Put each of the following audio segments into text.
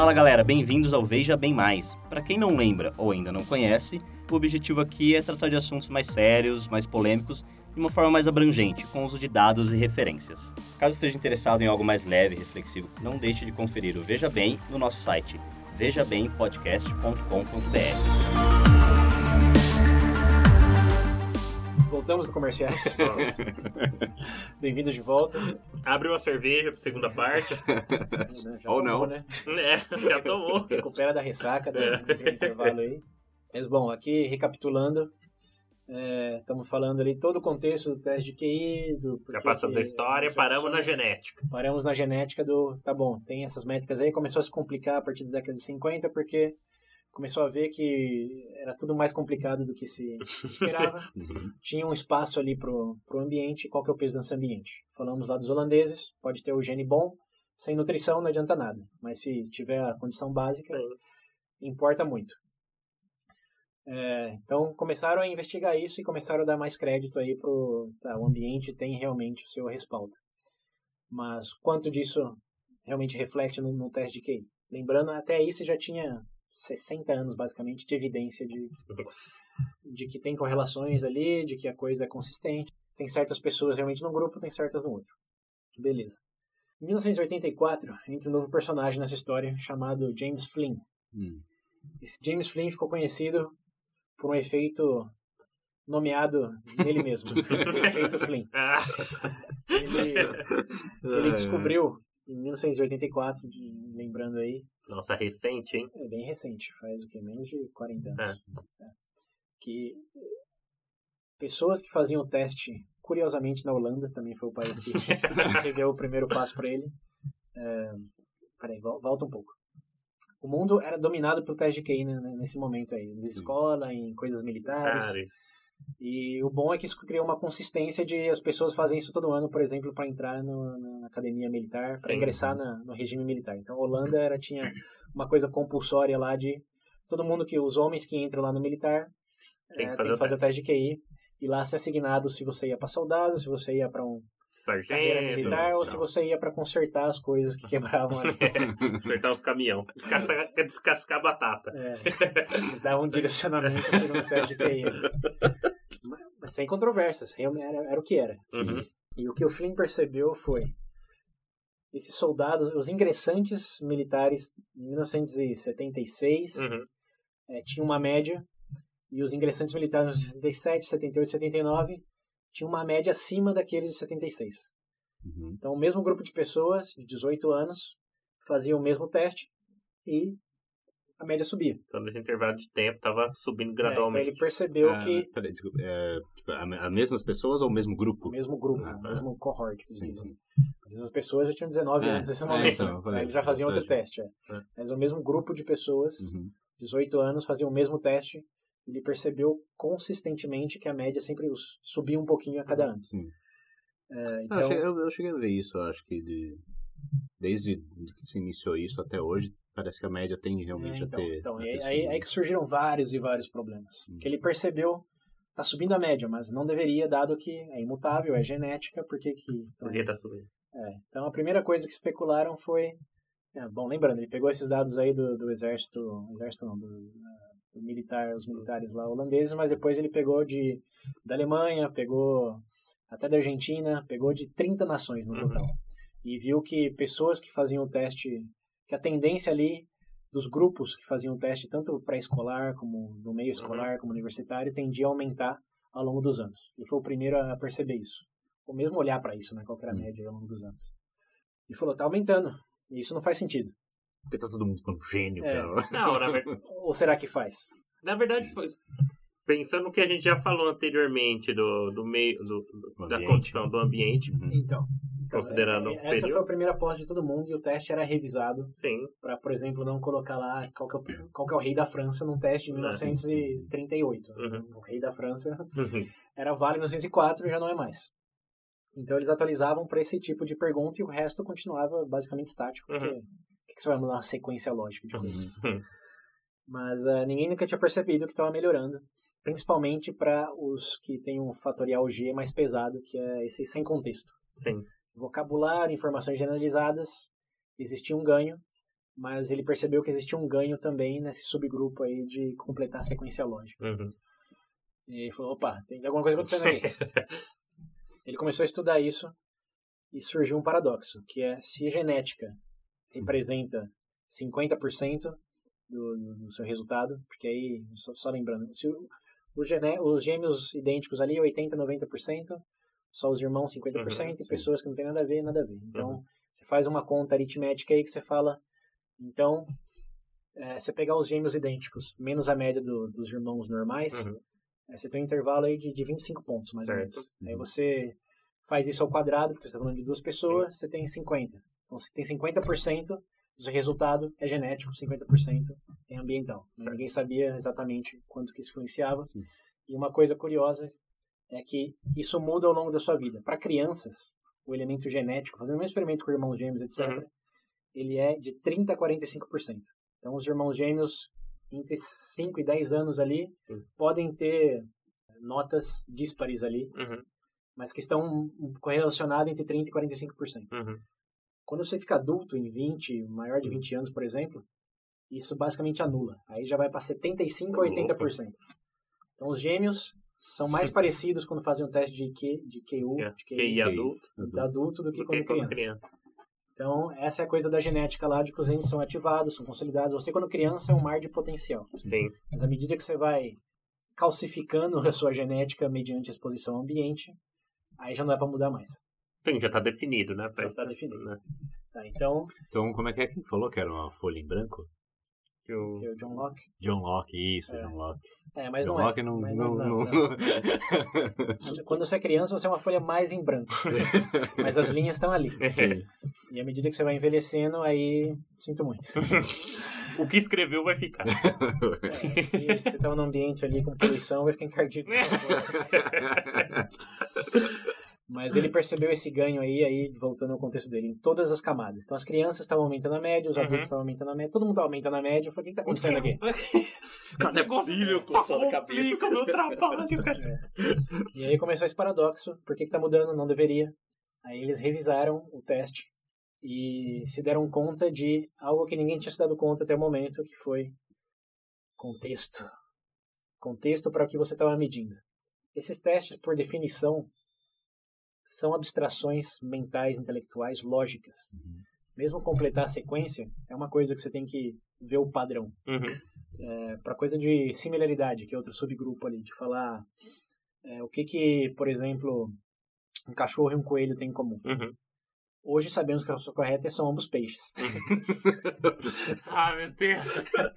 Fala galera, bem-vindos ao Veja Bem Mais. Para quem não lembra ou ainda não conhece, o objetivo aqui é tratar de assuntos mais sérios, mais polêmicos, de uma forma mais abrangente, com o uso de dados e referências. Caso esteja interessado em algo mais leve e reflexivo, não deixe de conferir o Veja Bem no nosso site, vejabempodcast.com.br. Voltamos do comerciais. Bem-vindos de volta. Abre uma cerveja pra segunda parte. Já Ou tomou, não. né? Já tomou. Recupera da ressaca do intervalo aí. Mas bom, aqui recapitulando, estamos falando ali todo o contexto do teste de QI. Já passamos da história, paramos na genética. Paramos na genética do, tá bom, tem essas métricas aí, começou a se complicar a partir da década de 50, porque começou a ver que era tudo mais complicado do que se esperava. Tinha um espaço ali pro ambiente. Qual que é o peso desse ambiente? Falamos lá dos holandeses, pode ter o gene bom, sem nutrição não adianta nada. Mas se tiver a condição básica, importa muito. Então começaram a investigar isso e começaram a dar mais crédito aí o ambiente tem realmente o seu respaldo. Mas quanto disso realmente reflete no teste de QI? Lembrando, até aí você já tinha 60 anos, basicamente, de evidência de que tem correlações ali, de que a coisa é consistente. Tem certas pessoas realmente num grupo, tem certas no outro. Beleza. Em 1984, entra um novo personagem nessa história, chamado James Flynn. Esse James Flynn ficou conhecido por um efeito nomeado nele mesmo. O efeito Flynn. Ele descobriu, em 1984, lembrando aí. Nossa, recente, hein? É bem recente, faz o quê? Menos de 40 anos. Que pessoas que faziam o teste, curiosamente na Holanda, também foi o país que deu o primeiro passo para ele. Peraí, volta um pouco. O mundo era dominado pelo teste de QI nesse momento aí, na escola, em coisas militares. E o bom é que isso criou uma consistência de as pessoas fazem isso todo ano, por exemplo, para entrar na academia militar, para ingressar no regime militar. Então, a Holanda tinha uma coisa compulsória lá de todo mundo os homens que entram lá no militar tem que fazer o teste de QI e lá ser assignado se você ia para soldado, se você ia para carreira militar ou se você ia para consertar as coisas que quebravam ali. Consertar os caminhões, descascar batata. Eles davam um direcionamento segundo o teste de QI. Mas sem controvérsias, realmente era o que era. E o que o Flynn percebeu foi esses soldados, os ingressantes militares em 1976 tinham uma média e os ingressantes militares em 77, 78, 79 tinham uma média acima daqueles de 76. Então o mesmo grupo de pessoas de 18 anos fazia o mesmo teste e a média subia. Então, nesse intervalo de tempo, estava subindo gradualmente. Então ele percebeu que... Peraí, desculpa, as mesmas pessoas ou o mesmo grupo? O mesmo grupo, o mesmo cohort. Sim. As pessoas já tinham 19 anos nesse momento. Então, eles já faziam outro teste. Mas o mesmo grupo de pessoas, 18 anos, faziam o mesmo teste. Ele percebeu consistentemente que a média sempre subia um pouquinho a cada ano. Então... eu cheguei a ver isso, acho que desde que se iniciou isso até hoje, parece que a média tende realmente a ter... Então, aí que surgiram vários e vários problemas. Que ele percebeu, está subindo a média, mas não deveria, dado que é imutável, é genética, por que está subindo? Então, a primeira coisa que especularam foi... bom, lembrando, ele pegou esses dados aí do exército não, do militar, os militares lá holandeses, mas depois ele pegou da Alemanha, pegou até da Argentina, pegou de 30 nações no total. E viu que pessoas que faziam o teste, que a tendência ali dos grupos que faziam o teste, tanto pré-escolar, como no meio escolar, como universitário, tendia a aumentar ao longo dos anos. Ele foi o primeiro a perceber isso. Ou mesmo olhar para isso, qual que era a média ao longo dos anos. E falou, tá aumentando. E isso não faz sentido. Porque tá todo mundo ficando gênio. Não, na verdade... Ou será que faz? Na verdade, pensando no que a gente já falou anteriormente do meio, da condição do ambiente. Então, considerando o período. Essa foi a priira aposta de todo mundo e o teste era revisado. Sim. Para, por exemplo, não colocar lá qual que é o rei da França num teste de 1938. O rei da França era válido em 1904 e já não é mais. Então eles atualizavam para esse tipo de pergunta e o resto continuava basicamente estático. Porque o que você vai mudar uma sequência lógica de coisas? Mas ninguém nunca tinha percebido que estava melhorando. Principalmente para os que têm um fatorial G mais pesado, que é esse sem contexto. Sim. Vocabulário, informações generalizadas, existia um ganho. mas ele percebeu que existia um ganho também nesse subgrupo aí de completar a sequência lógica. E ele falou, opa, tem alguma coisa acontecendo aqui. Ele começou a estudar isso e surgiu um paradoxo, que é se a genética representa 50% do seu resultado, porque aí, só lembrando, se os gêmeos idênticos ali, 80%, 90%, só os irmãos 50%, e pessoas que não tem nada a ver. Então, você faz uma conta aritmética aí que você fala, então, você pegar os gêmeos idênticos, menos a média dos irmãos normais, você tem um intervalo aí de 25 pontos, mais ou menos. Aí você faz isso ao quadrado, porque você está falando de 2 pessoas, você tem 50. Então, você tem 50% do resultado é genético, 50% é ambiental. Ninguém sabia exatamente quanto que isso influenciava. E uma coisa curiosa é que isso muda ao longo da sua vida. Para crianças, o elemento genético, fazendo um experimento com irmãos gêmeos, etc., ele é de 30% a 45%. Então, os irmãos gêmeos, entre 5 e 10 anos ali, podem ter notas díspares ali, mas que estão correlacionadas entre 30% e 45%. Quando você fica adulto, em 20, maior de 20 anos, por exemplo, isso basicamente anula. Aí já vai para 75% a 80%. Então, os gêmeos são mais parecidos quando fazem um teste de QI adulto do que quando criança. Então, essa é a coisa da genética lá, de que os genes são ativados, são consolidados. Você, quando criança, é um mar de potencial. Mas à medida que você vai calcificando a sua genética mediante a exposição ao ambiente, aí já não é para mudar mais. Sim, já está definido, né? Já está definido. Né? Tá, então, como é que falou que era uma folha em branco? Que é o John Locke. John Locke, isso, John Locke. Mas John não Locke é. Não. Quando você é criança, você é uma folha mais em branco. Mas as linhas estão ali. Sim. E à medida que você vai envelhecendo, aí sinto muito. O que escreveu vai ficar. E você está num ambiente ali com poluição, vai ficar encardido. Mas ele percebeu esse ganho aí, voltando ao contexto dele, em todas as camadas. Então as crianças estavam aumentando a média, os adultos estavam aumentando a média, todo mundo estava aumentando a média. Eu falei, o que está acontecendo aqui? Não é possível, só complica o meu trabalho. E aí começou esse paradoxo, por que está mudando? Não deveria. Aí eles revisaram o teste e se deram conta de algo que ninguém tinha se dado conta até o momento, que foi contexto. Contexto para o que você estava medindo. Esses testes, por definição, são abstrações mentais, intelectuais, lógicas. Mesmo completar a sequência é uma coisa que você tem que ver o padrão. Para coisa de similaridade, que é outro subgrupo ali, de falar o que, por exemplo, um cachorro e um coelho têm em comum. Hoje sabemos que a resposta correta são ambos peixes. Meu Deus!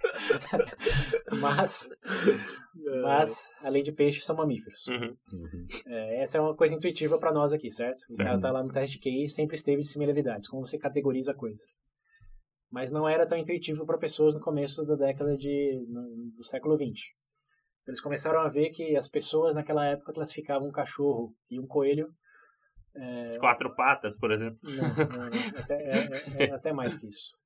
Mas, além de peixes, são mamíferos. Essa é uma coisa intuitiva para nós aqui, certo? O cara tá lá no teste de QI, sempre esteve de similaridades, como você categoriza coisas. Mas não era tão intuitivo para pessoas no começo da década do século XX. Eles começaram a ver que as pessoas naquela época classificavam um cachorro e um coelho 4 patas, por exemplo. Não. Até mais que isso.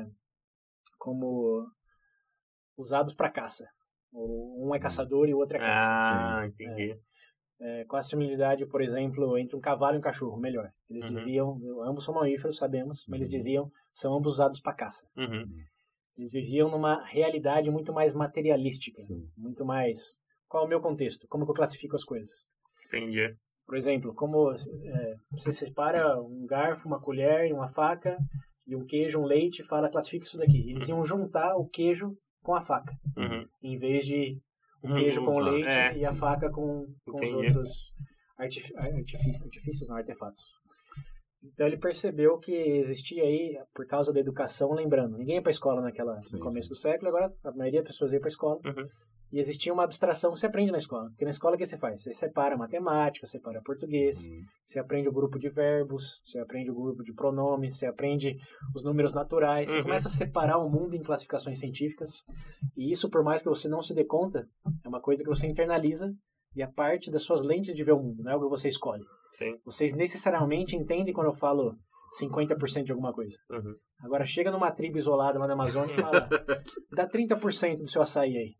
Como usados para caça. Um é caçador e o outro é caça. Entendi. Com a similaridade, por exemplo, entre um cavalo e um cachorro, melhor. Eles diziam, ambos são mamíferos, sabemos, mas eles diziam, são ambos usados para caça. Eles viviam numa realidade muito mais materialística, muito mais... Qual é o meu contexto? Como que eu classifico as coisas? Entendi. Por exemplo, como você separa um garfo, uma colher e uma faca, e um queijo, um leite, e fala, classifica isso daqui. Eles iam juntar o queijo com a faca, em vez de o queijo com o leite e a faca com os outros artifícios, não, artefatos. Então ele percebeu que existia aí, por causa da educação, lembrando, ninguém ia para a escola no começo do século, agora a maioria das pessoas ia para a escola, e existia uma abstração que você aprende na escola. Porque na escola o que você faz? Você separa matemática, separa português, você aprende o grupo de verbos, você aprende o grupo de pronomes, você aprende os números naturais, você começa a separar o mundo em classificações científicas, e isso, por mais que você não se dê conta, é uma coisa que você internaliza e é parte das suas lentes de ver o mundo, não é algo que você escolhe. Sim. Vocês necessariamente entendem quando eu falo 50% de alguma coisa. Agora chega numa tribo isolada lá na Amazônia e fala, dá 30% do seu açaí aí.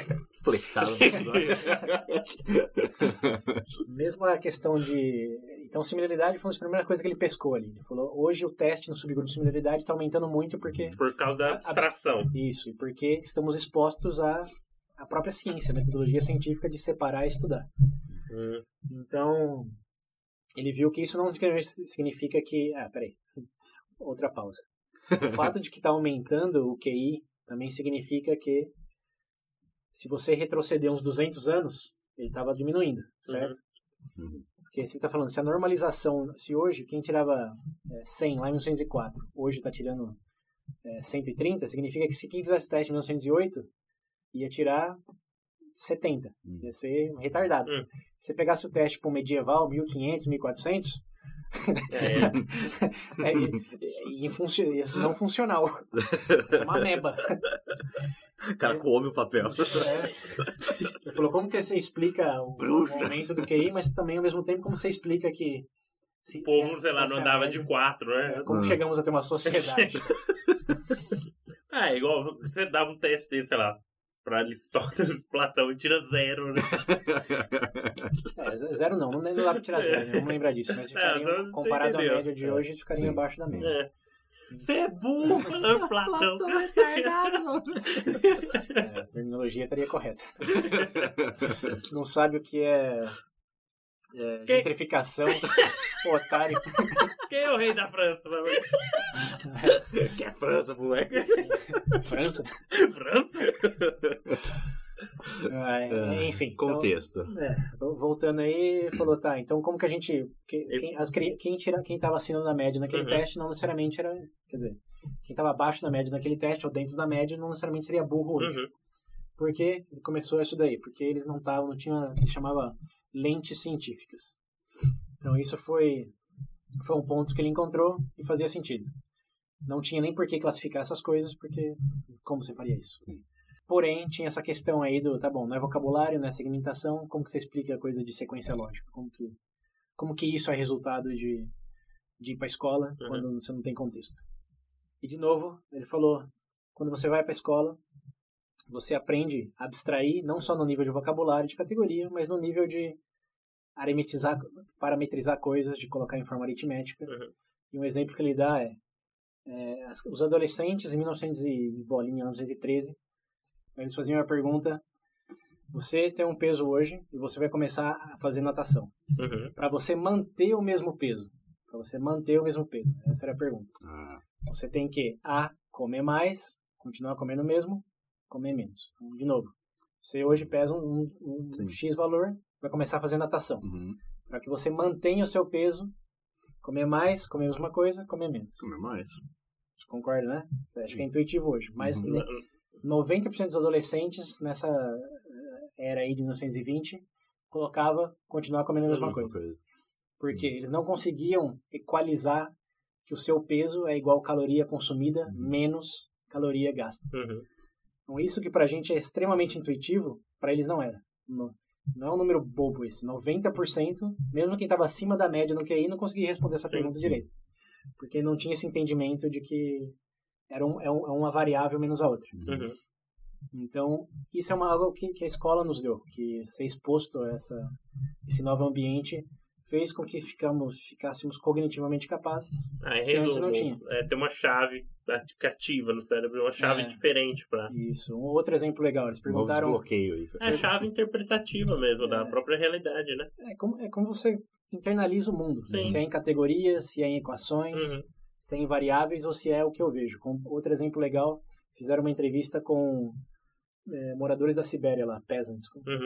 Flechado. Mesmo a questão de Então, similaridade foi a primeira coisa que ele pescou ali. Ele falou, hoje o teste no subgrupo de similaridade está aumentando muito porque... Por causa da abstração. Isso, e porque estamos expostos à própria ciência, a metodologia científica de separar e estudar. Então, ele viu que isso não significa que... peraí, outra pausa. O fato de que está aumentando o QI também significa que se você retroceder uns 200 anos, ele estava diminuindo, certo? Porque você está falando, se a normalização... Se hoje, quem tirava 100 lá em 1904, hoje está tirando 130, significa que se quem fizesse teste em 1908, ia tirar 70. Ia ser retardado. Se você pegasse o teste para o medieval, 1500, 1400... Isso não funcional. Isso é uma ameba. O cara come o papel. Você falou como que você explica o aumento do QI, mas também ao mesmo tempo como você explica que o povo, sei lá, não andava de 4, né? Como chegamos a ter uma sociedade. Igual você dava um teste dele, sei lá, pra Aristóteles, Platão, e tira 0, né? 0 não dá pra tirar 0, né? Vamos lembrar disso, mas comparado à média de hoje, ficaria abaixo da média. Você é burro, Platão. A terminologia estaria correta. Não sabe o que é gentrificação, otário. Quem é o rei da França? Que é França, moleque? França? Enfim. Contexto. Então, voltando aí, falou, então como que a gente... Quem estava acima da média naquele teste não necessariamente era... Quer dizer, quem estava abaixo da média naquele teste ou dentro da média não necessariamente seria burro hoje. Por que começou isso daí? Porque eles não tinham... Ele chamava lentes científicas. Então isso foi um ponto que ele encontrou e fazia sentido. Não tinha nem por que classificar essas coisas, porque como você faria isso? Sim. Porém, tinha essa questão aí do, não é vocabulário, não é segmentação, como que você explica a coisa de sequência lógica? Como que isso é resultado de ir para a escola quando você não tem contexto? E, de novo, ele falou, quando você vai para a escola, você aprende a abstrair, não só no nível de vocabulário, de categoria, mas no nível de parametrizar coisas, de colocar em forma aritmética. E um exemplo que ele dá os adolescentes, em 1913, eles faziam a pergunta, você tem um peso hoje e você vai começar a fazer natação. Para você manter o mesmo peso. Essa era a pergunta. Você tem que comer mais, continuar comendo o mesmo, comer menos. Então, de novo, você hoje pesa um X valor, vai começar a fazer natação. Para que você mantenha o seu peso, comer mais, comer a mesma coisa, comer menos. Comer mais. Você concorda, né? Acho que é intuitivo hoje. Mas 90% dos adolescentes, nessa era aí de 1920, continuar comendo a mesma coisa. Porque eles não conseguiam equalizar que o seu peso é igual caloria consumida menos caloria gasta. Então, isso que pra gente é extremamente intuitivo, para eles não era. Não é um número bobo esse. 90%, mesmo quem estava acima da média no QI, não conseguia responder essa pergunta direito. Porque não tinha esse entendimento de que era uma variável menos a outra. Então, isso é algo que a escola nos deu. Que ser exposto a esse novo ambiente fez com que ficássemos cognitivamente capazes, que antes não tinha. Tem uma chave ativa no cérebro, uma chave diferente para... Isso. Um outro exemplo legal, eles perguntaram... desbloqueio aí. É a chave interpretativa mesmo, da própria realidade, né? É como você internaliza o mundo. Se é em categorias, se é em equações, se é em variáveis ou se é o que eu vejo. Outro exemplo legal, fizeram uma entrevista com moradores da Sibéria lá, peasants.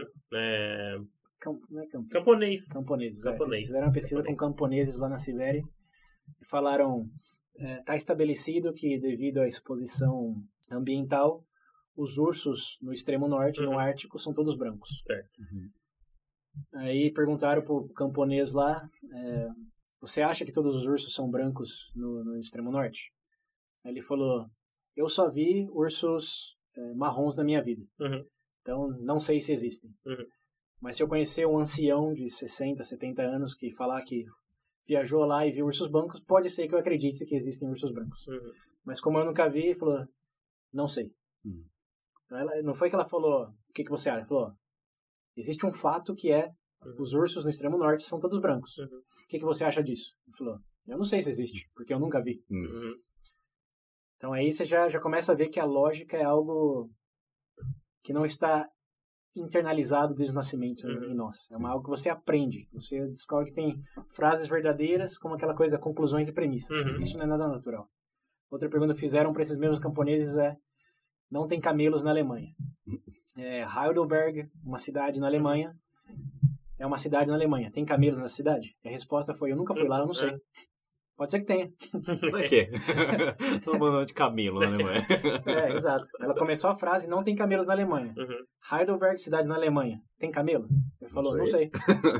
Camponeses. Fizeram uma pesquisa com camponeses lá na Sibéria e falaram, está estabelecido que devido à exposição ambiental, os ursos no extremo norte, no Ártico, são todos brancos. Certo. Aí perguntaram pro camponês lá, você acha que todos os ursos são brancos no extremo norte? Aí ele falou, eu só vi ursos marrons na minha vida. Então não sei se existem. Mas se eu conhecer um ancião de 60, 70 anos que falar que viajou lá e viu ursos brancos, pode ser que eu acredite que existem ursos brancos. Mas como eu nunca vi, ele falou, não sei. Não foi que ela falou, o que você acha? Ela falou, existe um fato que é Os ursos no extremo norte são todos brancos. O que você acha disso? Ele falou, eu não sei se existe, porque eu nunca vi. Então aí você já começa a ver que a lógica é algo que não está internalizado desde o nascimento em nós. É algo que você aprende. Você descobre que tem frases verdadeiras, como aquela coisa, conclusões e premissas. Isso não é nada natural. Outra pergunta que fizeram para esses mesmos camponeses é: não tem camelos na Alemanha. Heidelberg, uma cidade na Alemanha, é uma cidade na Alemanha. Tem camelos na cidade? E a resposta foi: eu nunca fui lá, eu não sei. Pode ser que tenha. Por quê? Todo mundo de camelo na Alemanha. Exato. Ela começou a frase: não tem camelos na Alemanha. Heidelberg, cidade na Alemanha. Tem camelo? Ele falou: não sei.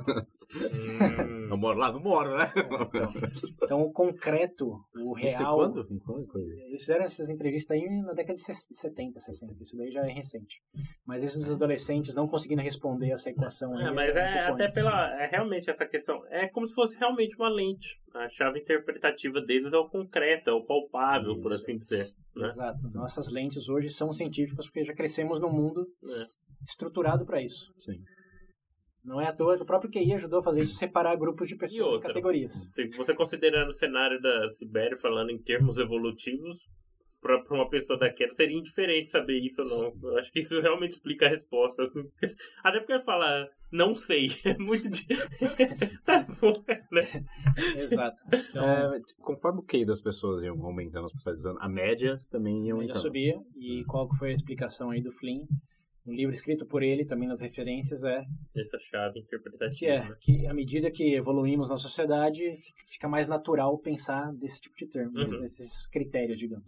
Eu moro lá? Não moro, né? Então, o concreto, o real... Quando? Eles fizeram essas entrevistas aí na década de 70, 60. Isso daí já é recente. Mas esses adolescentes não conseguindo responder essa equação aí... Mas até realmente essa questão... É como se fosse realmente uma lente. A chave interpretativa deles é o concreto, é o palpável, isso, por assim dizer. Né? Exato. Nossas lentes hoje são científicas porque já crescemos num mundo estruturado para isso. Sim. Não é à toa que o próprio QI ajudou a fazer isso, separar grupos de pessoas em categorias. Se você considerando o cenário da Sibéria, falando em termos evolutivos, para uma pessoa daquela seria indiferente saber isso ou não. Eu acho que isso realmente explica a resposta. Até porque fala, não sei. É muito... Tá bom, né? Exato. Então, conforme o QI das pessoas iam aumentando, a média também ia aumentando. A média subia. E qual que foi a explicação aí do Flynn? Um livro escrito por ele, também nas referências, essa chave interpretativa. Que à medida que evoluímos na sociedade, fica mais natural pensar desse tipo de termos, desses critérios, digamos.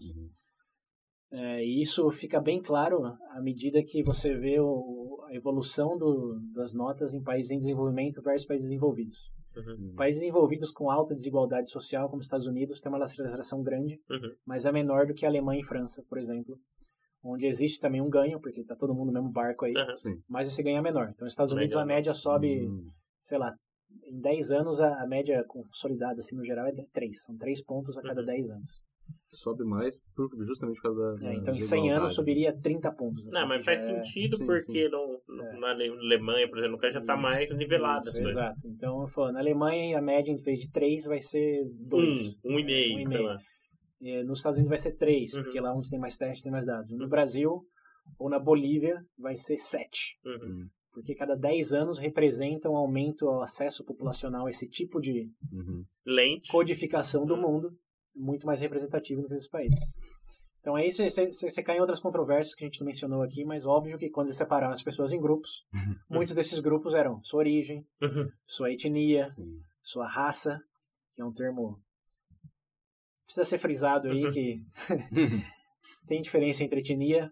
E isso fica bem claro à medida que você vê a evolução das notas em países em desenvolvimento versus países desenvolvidos. Países desenvolvidos com alta desigualdade social, como os Estados Unidos, tem uma aceleração grande, mas é menor do que a Alemanha e França, por exemplo, onde existe também um ganho, porque tá todo mundo no mesmo barco aí, mas esse ganho é menor. Então, nos Estados Unidos, a média sobe, sei lá, em 10 anos, a média consolidada, assim, no geral, é 3. São 3 pontos a cada 10 anos. Sobe mais justamente por causa da então, em 100 anos, subiria 30 pontos. Assim, não, mas faz sentido, porque na Alemanha, por exemplo, já está mais nivelado. Exato. Então, eu falo, na Alemanha, a média, em vez de 3, vai ser 2. 1,5, sei lá. Nos Estados Unidos vai ser 3, porque lá onde tem mais testes tem mais dados. No Brasil ou na Bolívia vai ser 7. Porque cada 10 anos representa um aumento ao acesso populacional a esse tipo de codificação do mundo, muito mais representativo do que esses países. Então aí você cai em outras controvérsias que a gente não mencionou aqui, mas óbvio que quando eles separaram as pessoas em grupos, muitos desses grupos eram sua origem, sua etnia, sua raça, que é um termo... Precisa ser frisado aí que tem diferença entre etnia,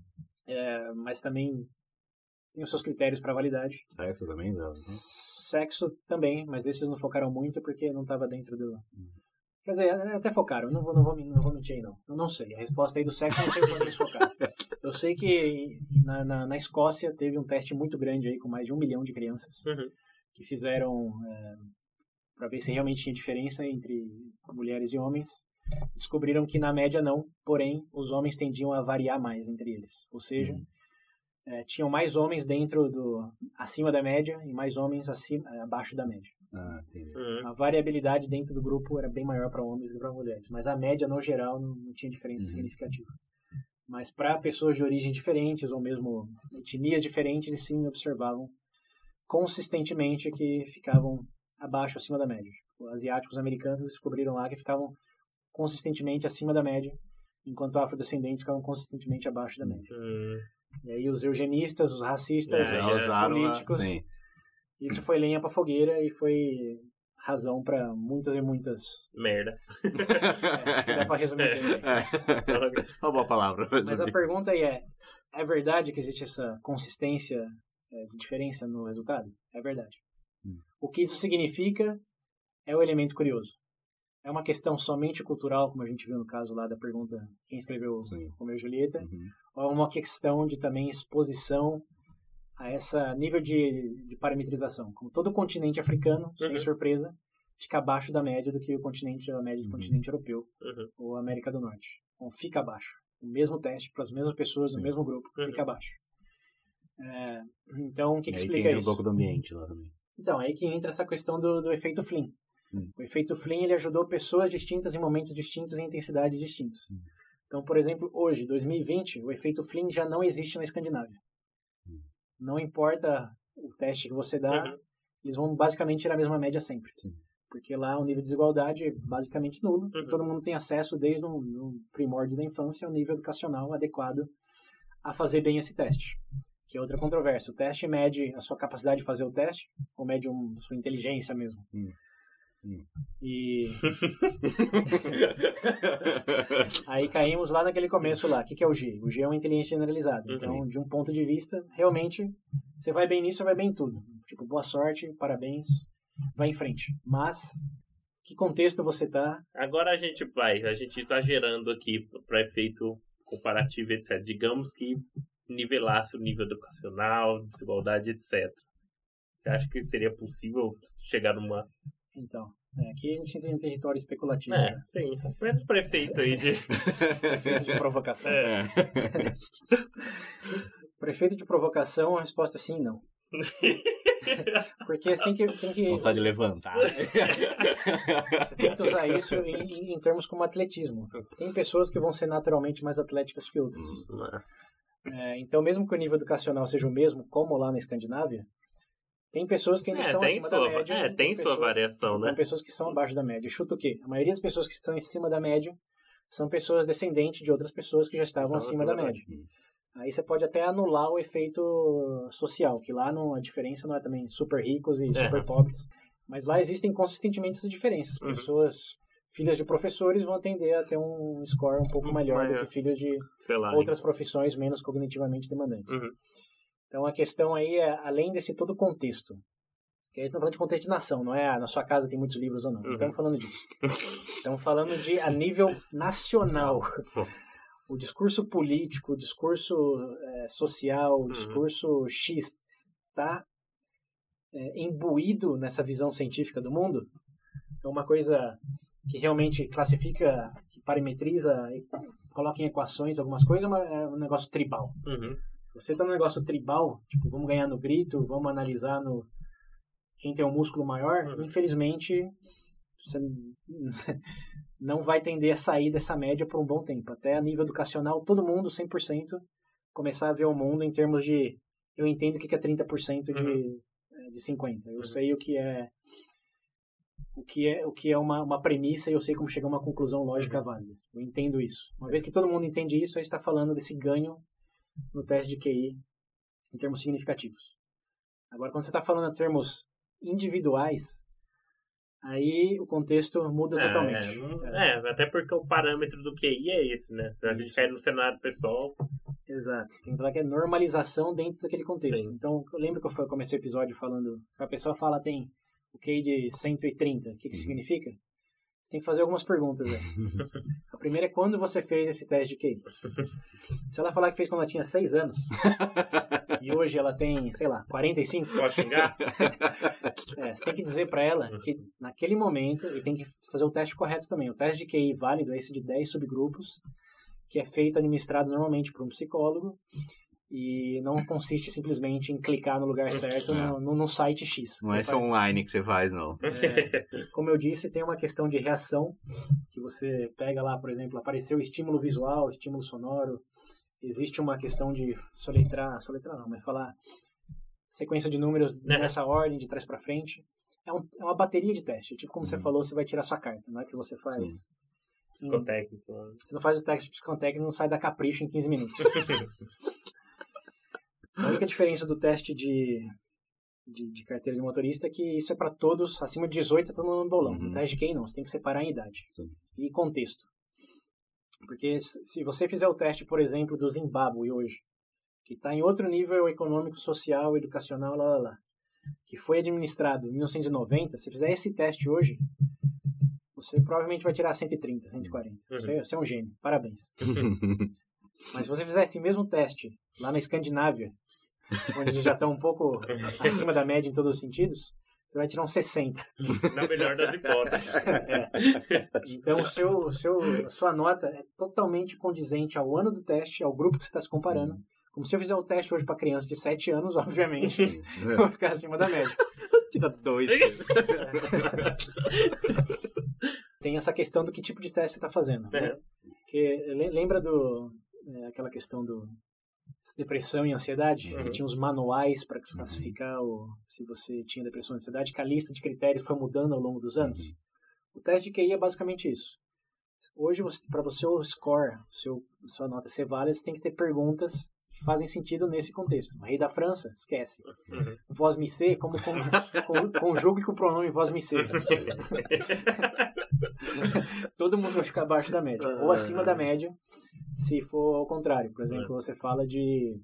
mas também tem os seus critérios para validade. Sexo também? Sexo também, mas esses não focaram muito porque não estava dentro do... Quer dizer, até focaram, não vou mentir aí não. Eu não sei, a resposta aí do sexo eu não sei quando eles focaram. Eu sei que na Escócia teve um teste muito grande aí com mais de 1 milhão de crianças que fizeram... para ver se realmente tinha diferença entre mulheres e homens. Descobriram que na média não, porém os homens tendiam a variar mais entre eles. Ou seja, tinham mais homens acima da média e mais homens abaixo da média. A variabilidade dentro do grupo era bem maior para homens do que para mulheres, mas a média no geral não tinha diferença significativa. Mas para pessoas de origem diferentes ou mesmo etnias diferentes, eles sim observavam consistentemente que ficavam abaixo, acima da média. Os asiáticos americanos descobriram lá que ficavam consistentemente acima da média, enquanto afrodescendentes ficavam consistentemente abaixo da média. E aí os eugenistas, os racistas, os políticos, isso foi lenha pra fogueira e foi razão para muitas e muitas... Merda. Acho que dá pra resumir bem. Uma boa palavra. Mas a pergunta aí é verdade que existe essa consistência de diferença no resultado? É verdade. O que isso significa é o elemento curioso. É uma questão somente cultural, como a gente viu no caso lá da pergunta quem escreveu Romeu e Julieta, ou é uma questão de também exposição a esse nível de parametrização. Como todo o continente africano, sem surpresa, fica abaixo da média do que a média do continente europeu ou América do Norte. Então fica abaixo. O mesmo teste para as mesmas pessoas no mesmo grupo fica abaixo. Então, o que explica isso? Tem um pouco do ambiente lá também. Então, aí que entra essa questão do efeito Flynn. O efeito Flynn, ele ajudou pessoas distintas em momentos distintos e intensidades distintas. Então, por exemplo, hoje, 2020, o efeito Flynn já não existe na Escandinávia. Não importa o teste que você dá, eles vão basicamente tirar a mesma média sempre. Porque lá o nível de desigualdade é basicamente nulo. E todo mundo tem acesso, desde o primórdio da infância, ao nível educacional adequado a fazer bem esse teste. Que é outra controvérsia. O teste mede a sua capacidade de fazer o teste, ou mede a sua inteligência mesmo. E aí caímos lá naquele começo lá. O que é o G? O G é uma inteligência generalizada. Então, de um ponto de vista, realmente, você vai bem nisso, você vai bem em tudo. Tipo, boa sorte, parabéns, vai em frente. Mas, que contexto você tá? Agora a gente exagerando aqui para efeito comparativo, etc. Digamos que nivelasse o nível educacional, desigualdade, etc. Você acha que seria possível chegar numa... Então, aqui a gente entra em território especulativo. Sim. Menos para efeito aí de... Prefeito de provocação. Prefeito de provocação, a resposta é sim e não. Porque você tem que... Vontade de levantar. Você tem que usar isso em termos como atletismo. Tem pessoas que vão ser naturalmente mais atléticas que outras. Então, mesmo que o nível educacional seja o mesmo, como lá na Escandinávia, tem pessoas que ainda são acima da média. Tem sua variação, né? Tem pessoas que são abaixo da média. Chuta o quê? A maioria das pessoas que estão em cima da média são pessoas descendentes de outras pessoas que já estavam acima da média. Aí você pode até anular o efeito social, que lá a diferença não é também super ricos e super pobres. Mas lá existem consistentemente essas diferenças. Pessoas, filhas de professores, vão tender a ter um score um pouco melhor do que filhos de outras profissões menos cognitivamente demandantes. Então a questão aí é, além desse todo contexto, que aí estamos falando de contexto de nação, não é na sua casa tem muitos livros ou não. Não estamos falando disso. Estamos falando de a nível nacional. O discurso político, o discurso social, o discurso X está imbuído nessa visão científica do mundo. É uma coisa que realmente classifica, que parametriza, coloca em equações algumas coisas, mas é um negócio tribal. Você está no negócio tribal, tipo, vamos ganhar no grito, vamos analisar no quem tem um músculo maior, infelizmente você não vai tender a sair dessa média por um bom tempo. Até a nível educacional, todo mundo, 100%, começar a ver o mundo em termos de... Eu entendo o que é 30% de 50%. Eu sei o que é uma premissa e eu sei como chegar a uma conclusão lógica válida. Eu entendo isso. Uma vez que todo mundo entende isso, aí está falando desse ganho no teste de QI em termos significativos. Agora, quando você está falando em termos individuais, aí o contexto muda totalmente. Até porque o parâmetro do QI é esse, né? A gente cai no cenário pessoal. Exato. Tem que falar que é normalização dentro daquele contexto. Sim. Então, eu lembro que eu comecei o episódio falando, se a pessoa fala tem o QI de 130, o que significa? Você tem que fazer algumas perguntas. A primeira é quando você fez esse teste de QI. Se ela falar que fez quando ela tinha 6 anos e hoje ela tem, sei lá, 45. Pode xingar? Você tem que dizer para ela que naquele momento, e tem que fazer o teste correto também. O teste de QI válido é esse de 10 subgrupos, que é feito, administrado normalmente por um psicólogo, e não consiste simplesmente em clicar no lugar certo no site X. Não é só online que você faz, não. Como eu disse, tem uma questão de reação, que você pega lá, por exemplo, apareceu estímulo visual, estímulo sonoro, existe uma questão de soletrar não, mas falar sequência de números nessa ordem, de trás para frente. É uma bateria de teste. Tipo como você falou, você vai tirar sua carta, não é que você faz... Psicotécnico. Você não faz o teste psicotécnico, não sai da capricho em 15 minutos. A única diferença do teste de carteira de motorista é que isso é para todos, acima de 18 tá no bolão. No teste de QI não, você tem que separar em idade e contexto. Porque se você fizer o teste, por exemplo, do Zimbábue hoje, que está em outro nível econômico, social, educacional, que foi administrado em 1990, se fizer esse teste hoje, você provavelmente vai tirar 130, 140. Você é um gênio, parabéns. Mas se você fizer esse mesmo teste lá na Escandinávia, onde eles já estão um pouco acima da média em todos os sentidos, você vai tirar uns 60. Na melhor das hipóteses. Então, sua nota é totalmente condizente ao ano do teste, ao grupo que você está se comparando. Como se eu fizer o teste hoje para crianças de 7 anos, obviamente, eu vou ficar acima da média. Tira 2. Tem essa questão do que tipo de teste você está fazendo. Né? Porque lembra aquela questão do depressão e ansiedade? Que tinha os manuais para classificar se você tinha depressão e ansiedade, que a lista de critérios foi mudando ao longo dos anos. O teste de QI é basicamente isso. Hoje, para você o score, sua nota ser válida, você tem que ter perguntas que fazem sentido nesse contexto. O rei da França, esquece. Voz me ser, como conjugue com o pronome voz me ser. Todo mundo vai ficar abaixo da média. Ou acima da média, se for ao contrário. Por exemplo, você fala de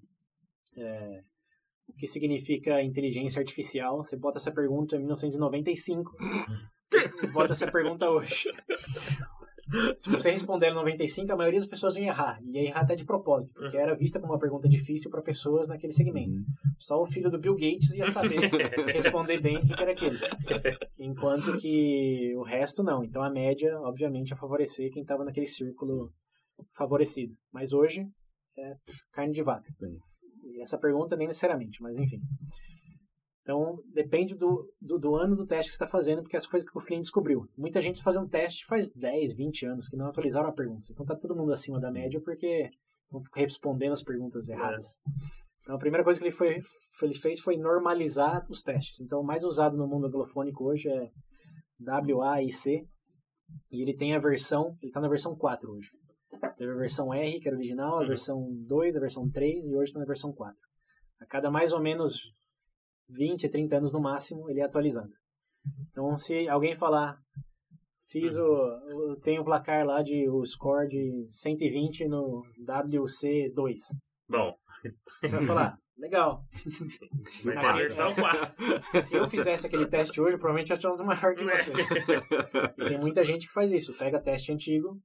o que significa inteligência artificial. Você bota essa pergunta em 1995 e bota essa pergunta hoje. Se você responder em 95, a maioria das pessoas iam errar. E ia errar até de propósito, porque era vista como uma pergunta difícil para pessoas naquele segmento. Só o filho do Bill Gates ia saber responder bem o que era aquele. Enquanto que o resto não. Então a média, obviamente, ia favorecer quem estava naquele círculo favorecido. Mas hoje é carne de vaca. Sim. E essa pergunta nem necessariamente, mas enfim. Então, depende do ano do teste que você está fazendo, porque essa coisa que o Flynn descobriu. Muita gente faz um teste faz 10, 20 anos que não atualizaram a pergunta. Então, está todo mundo acima da média porque estão respondendo as perguntas erradas. Então, a primeira coisa que ele fez foi normalizar os testes. Então, o mais usado no mundo anglofônico hoje é WAIC. E ele tem ele está na versão 4 hoje. Teve a versão R, que era original, a versão 2, a versão 3 e hoje está na versão 4. A cada mais ou menos 20, 30 anos no máximo, ele é atualizado. Então, se alguém falar, tenho um placar lá o score de 120 no WC2. Bom. Você vai falar, legal. Na versão 4. Se eu fizesse aquele teste hoje, provavelmente eu tinha um maior que você. E tem muita gente que faz isso, pega teste antigo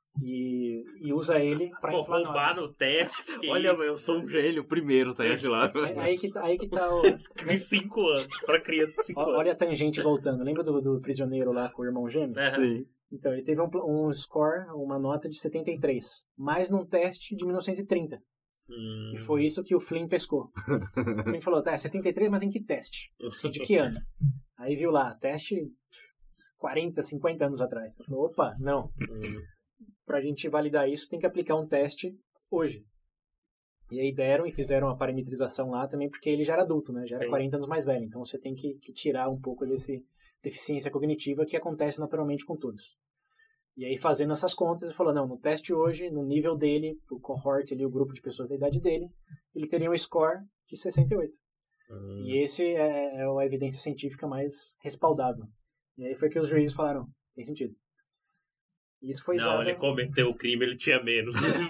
e usa ele para inflar roubar no teste. Olha, eu sou um gênio, o primeiro teste lá. Aí que tá o... 5 anos, para criança de 5 anos. Olha a tangente voltando. Lembra do prisioneiro lá com o irmão gêmeo? Sim. Então, ele teve um score, uma nota de 73, mas num teste de 1930. E foi isso que o Flynn pescou. O Flynn falou, 73, mas em que teste? De que ano? Aí viu lá, teste 40, 50 anos atrás. Ele falou, opa, não. Pra gente validar isso, tem que aplicar um teste hoje. E aí deram e fizeram a parametrização lá também, porque ele já era adulto, né? Já era 40 anos mais velho. Então você tem que tirar um pouco desse deficiência cognitiva que acontece naturalmente com todos. E aí fazendo essas contas, ele falou, não, no teste hoje, no nível dele, o cohort ali, o grupo de pessoas da idade dele, ele teria um score de 68. E esse é a evidência científica mais respaldável. E aí foi que os juízes falaram, tem sentido. Isso foi usado... Não, ele cometeu o crime, ele tinha menos.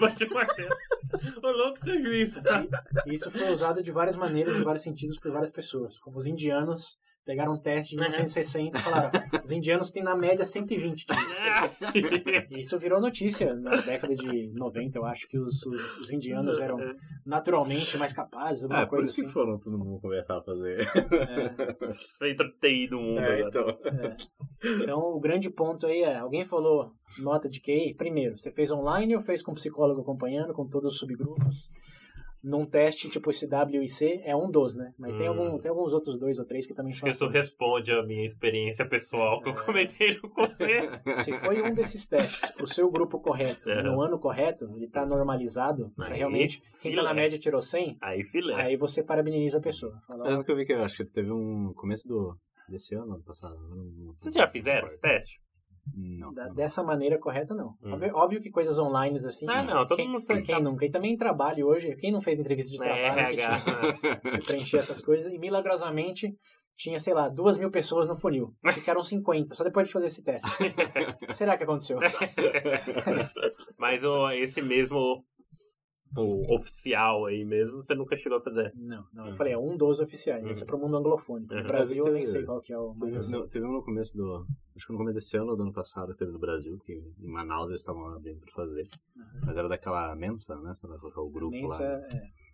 Ô, louco, seu juiz. Isso foi usado de várias maneiras, em vários sentidos, por várias pessoas. Como os indianos pegaram um teste de 1960 e falaram, os indianos têm na média 120. Isso virou notícia na década de 90, eu acho que os indianos eram naturalmente mais capazes, alguma coisa assim. Por isso que foram todo mundo começar a fazer. Centro TI do mundo. Então, o grande ponto aí é, alguém falou nota de QI, primeiro, você fez online ou fez com psicólogo acompanhando, com todos os subgrupos? Num teste tipo esse WIC é um dos, né? Mas tem alguns outros 2 ou 3 que também são. Isso responde a minha experiência pessoal que eu comentei no começo. Se foi um desses testes pro seu grupo correto, no ano correto, ele tá normalizado, realmente, quem tá na média tirou 100, aí você parabeniza a pessoa. Fala, que eu vi que eu acho que teve um começo desse ano passado. Vocês já fizeram esse teste? Não. Dessa maneira correta, não. Óbvio que coisas online assim. Todo mundo fez. Quem nunca? E também em trabalho hoje. Quem não fez entrevista de trabalho que preencher essas coisas? E milagrosamente tinha, sei lá, 2.000 pessoas no funil. Ficaram 50, só depois de fazer esse teste. Será que aconteceu? Mas esse mesmo. O oficial aí mesmo, você nunca chegou a fazer? Não. Eu falei, é um dos oficiais. Esse é pro mundo anglofônico. No Brasil, eu nem sei qual que é o mais assim. Teve um no começo acho que no começo desse ano ou do ano passado, teve no Brasil, que em Manaus eles estavam abrindo pra fazer. Mas era daquela Mensa, né? Você vai colocar o grupo Mensa, lá.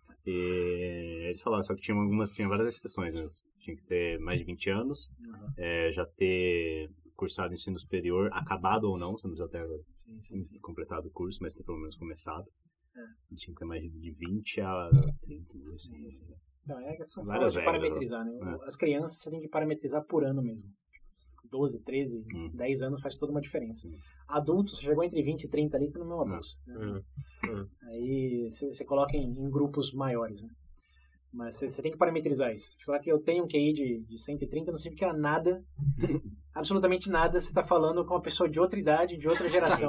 E eles falaram, só que tinha várias restrições, né? Tinha que ter mais de 20 anos, já ter cursado ensino superior, acabado ou não, você não precisa ter completado o curso, mas ter pelo menos começado. Tinha que ser mais de 20 a 30, assim. Não, são formas de parametrizar, né? As crianças você tem que parametrizar por ano mesmo. 12, 13, 10 anos faz toda uma diferença. Adultos, você chegou entre 20 e 30 ali, tá na mesma bolsa. Aí você coloca em grupos maiores, né? Mas você tem que parametrizar isso. Falar que eu tenho um QI de 130 não significa nada, absolutamente nada. Você está falando com uma pessoa de outra idade, de outra geração.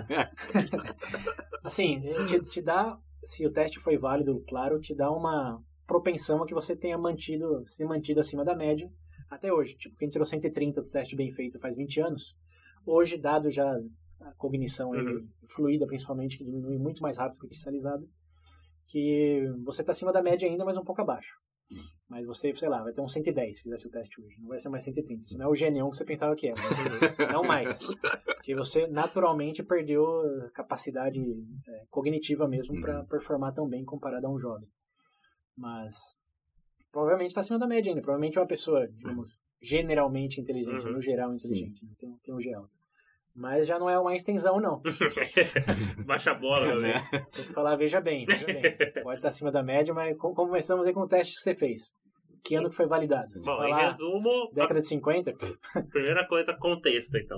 Assim, te dá, se o teste foi válido, claro, te dá uma propensão a que você tenha se mantido acima da média até hoje. Tipo, quem tirou 130 do teste bem feito faz 20 anos, hoje, dado já a cognição fluida, principalmente, que diminui muito mais rápido que o cristalizado, que você está acima da média ainda, mas um pouco abaixo. Mas você, sei lá, vai ter um 110 se fizesse o teste hoje. Não vai ser mais 130. Isso não é o genião que você pensava que era. Não mais. Porque você naturalmente perdeu a capacidade cognitiva mesmo para performar tão bem comparado a um jovem. Mas provavelmente está acima da média ainda. Provavelmente é uma pessoa, digamos, generalmente inteligente, no geral inteligente. Né? Tem um G alto. Mas já não é uma extensão, não. Baixa a bola, galera. Tem que falar, veja bem. Pode estar acima da média, mas começamos aí com o teste que você fez. Que ano que foi validado? Bom, falar, em resumo... Década de 50? Primeira coisa, contexto, então.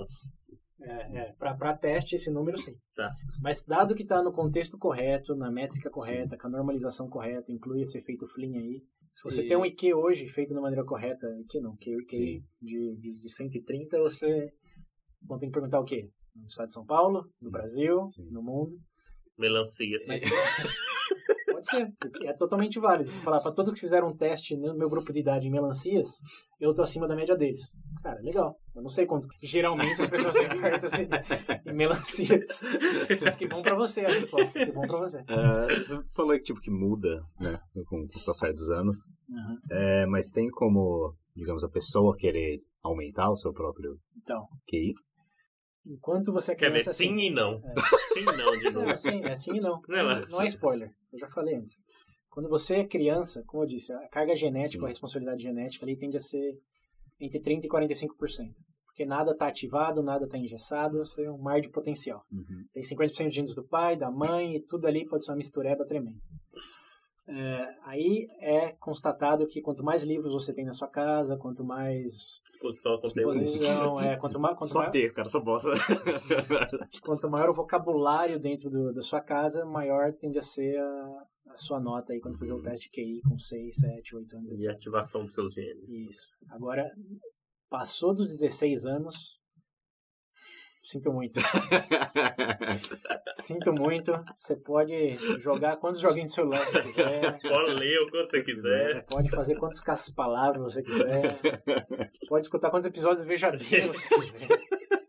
Para teste, esse número, sim. Tá. Mas dado que está no contexto correto, na métrica correta, com a normalização correta, inclui esse efeito Flynn aí. Se você tem um IQ hoje feito da maneira correta, IQ de 130, você... Bom, tem que perguntar o quê? No estado de São Paulo, no Brasil, no mundo. Melancia, sim. Pode ser, é totalmente válido. Se falar para todos que fizeram um teste no meu grupo de idade em melancias, eu tô acima da média deles. Cara, legal. Eu não sei quanto. Geralmente as pessoas têm perto assim, em melancias. Mas que bom para você a resposta. Que bom para você. Você falou que muda, né, com o passar dos anos. Mas tem como, digamos, a pessoa querer aumentar o seu próprio QI? Enquanto você é criança... Quer ver? Assim, sim e não. Sim e não, de novo. Sim e não. Não é spoiler. Eu já falei antes. Quando você é criança, como eu disse, a carga genética, a responsabilidade genética ali tende a ser entre 30% e 45%. Porque nada está ativado, nada está engessado, você é um mar de potencial. Tem 50% de genes do pai, da mãe, e tudo ali pode ser uma mistureba tremenda. Aí é constatado que quanto mais livros você tem na sua casa, quanto mais exposição, quanto mais só posso. Quanto maior o vocabulário dentro da sua casa, maior tende a ser a sua nota aí quando fazer o teste de QI com 6, 7, 8 anos, etc. E a ativação dos seus genes. Isso. Agora, passou dos 16 anos, sinto muito. Sinto muito. Você pode jogar quantos joguinhos de celular você quiser. Pode ler o que você quiser. Pode fazer quantas caças-palavras você quiser. Pode escutar quantos episódios Veja Bem você quiser.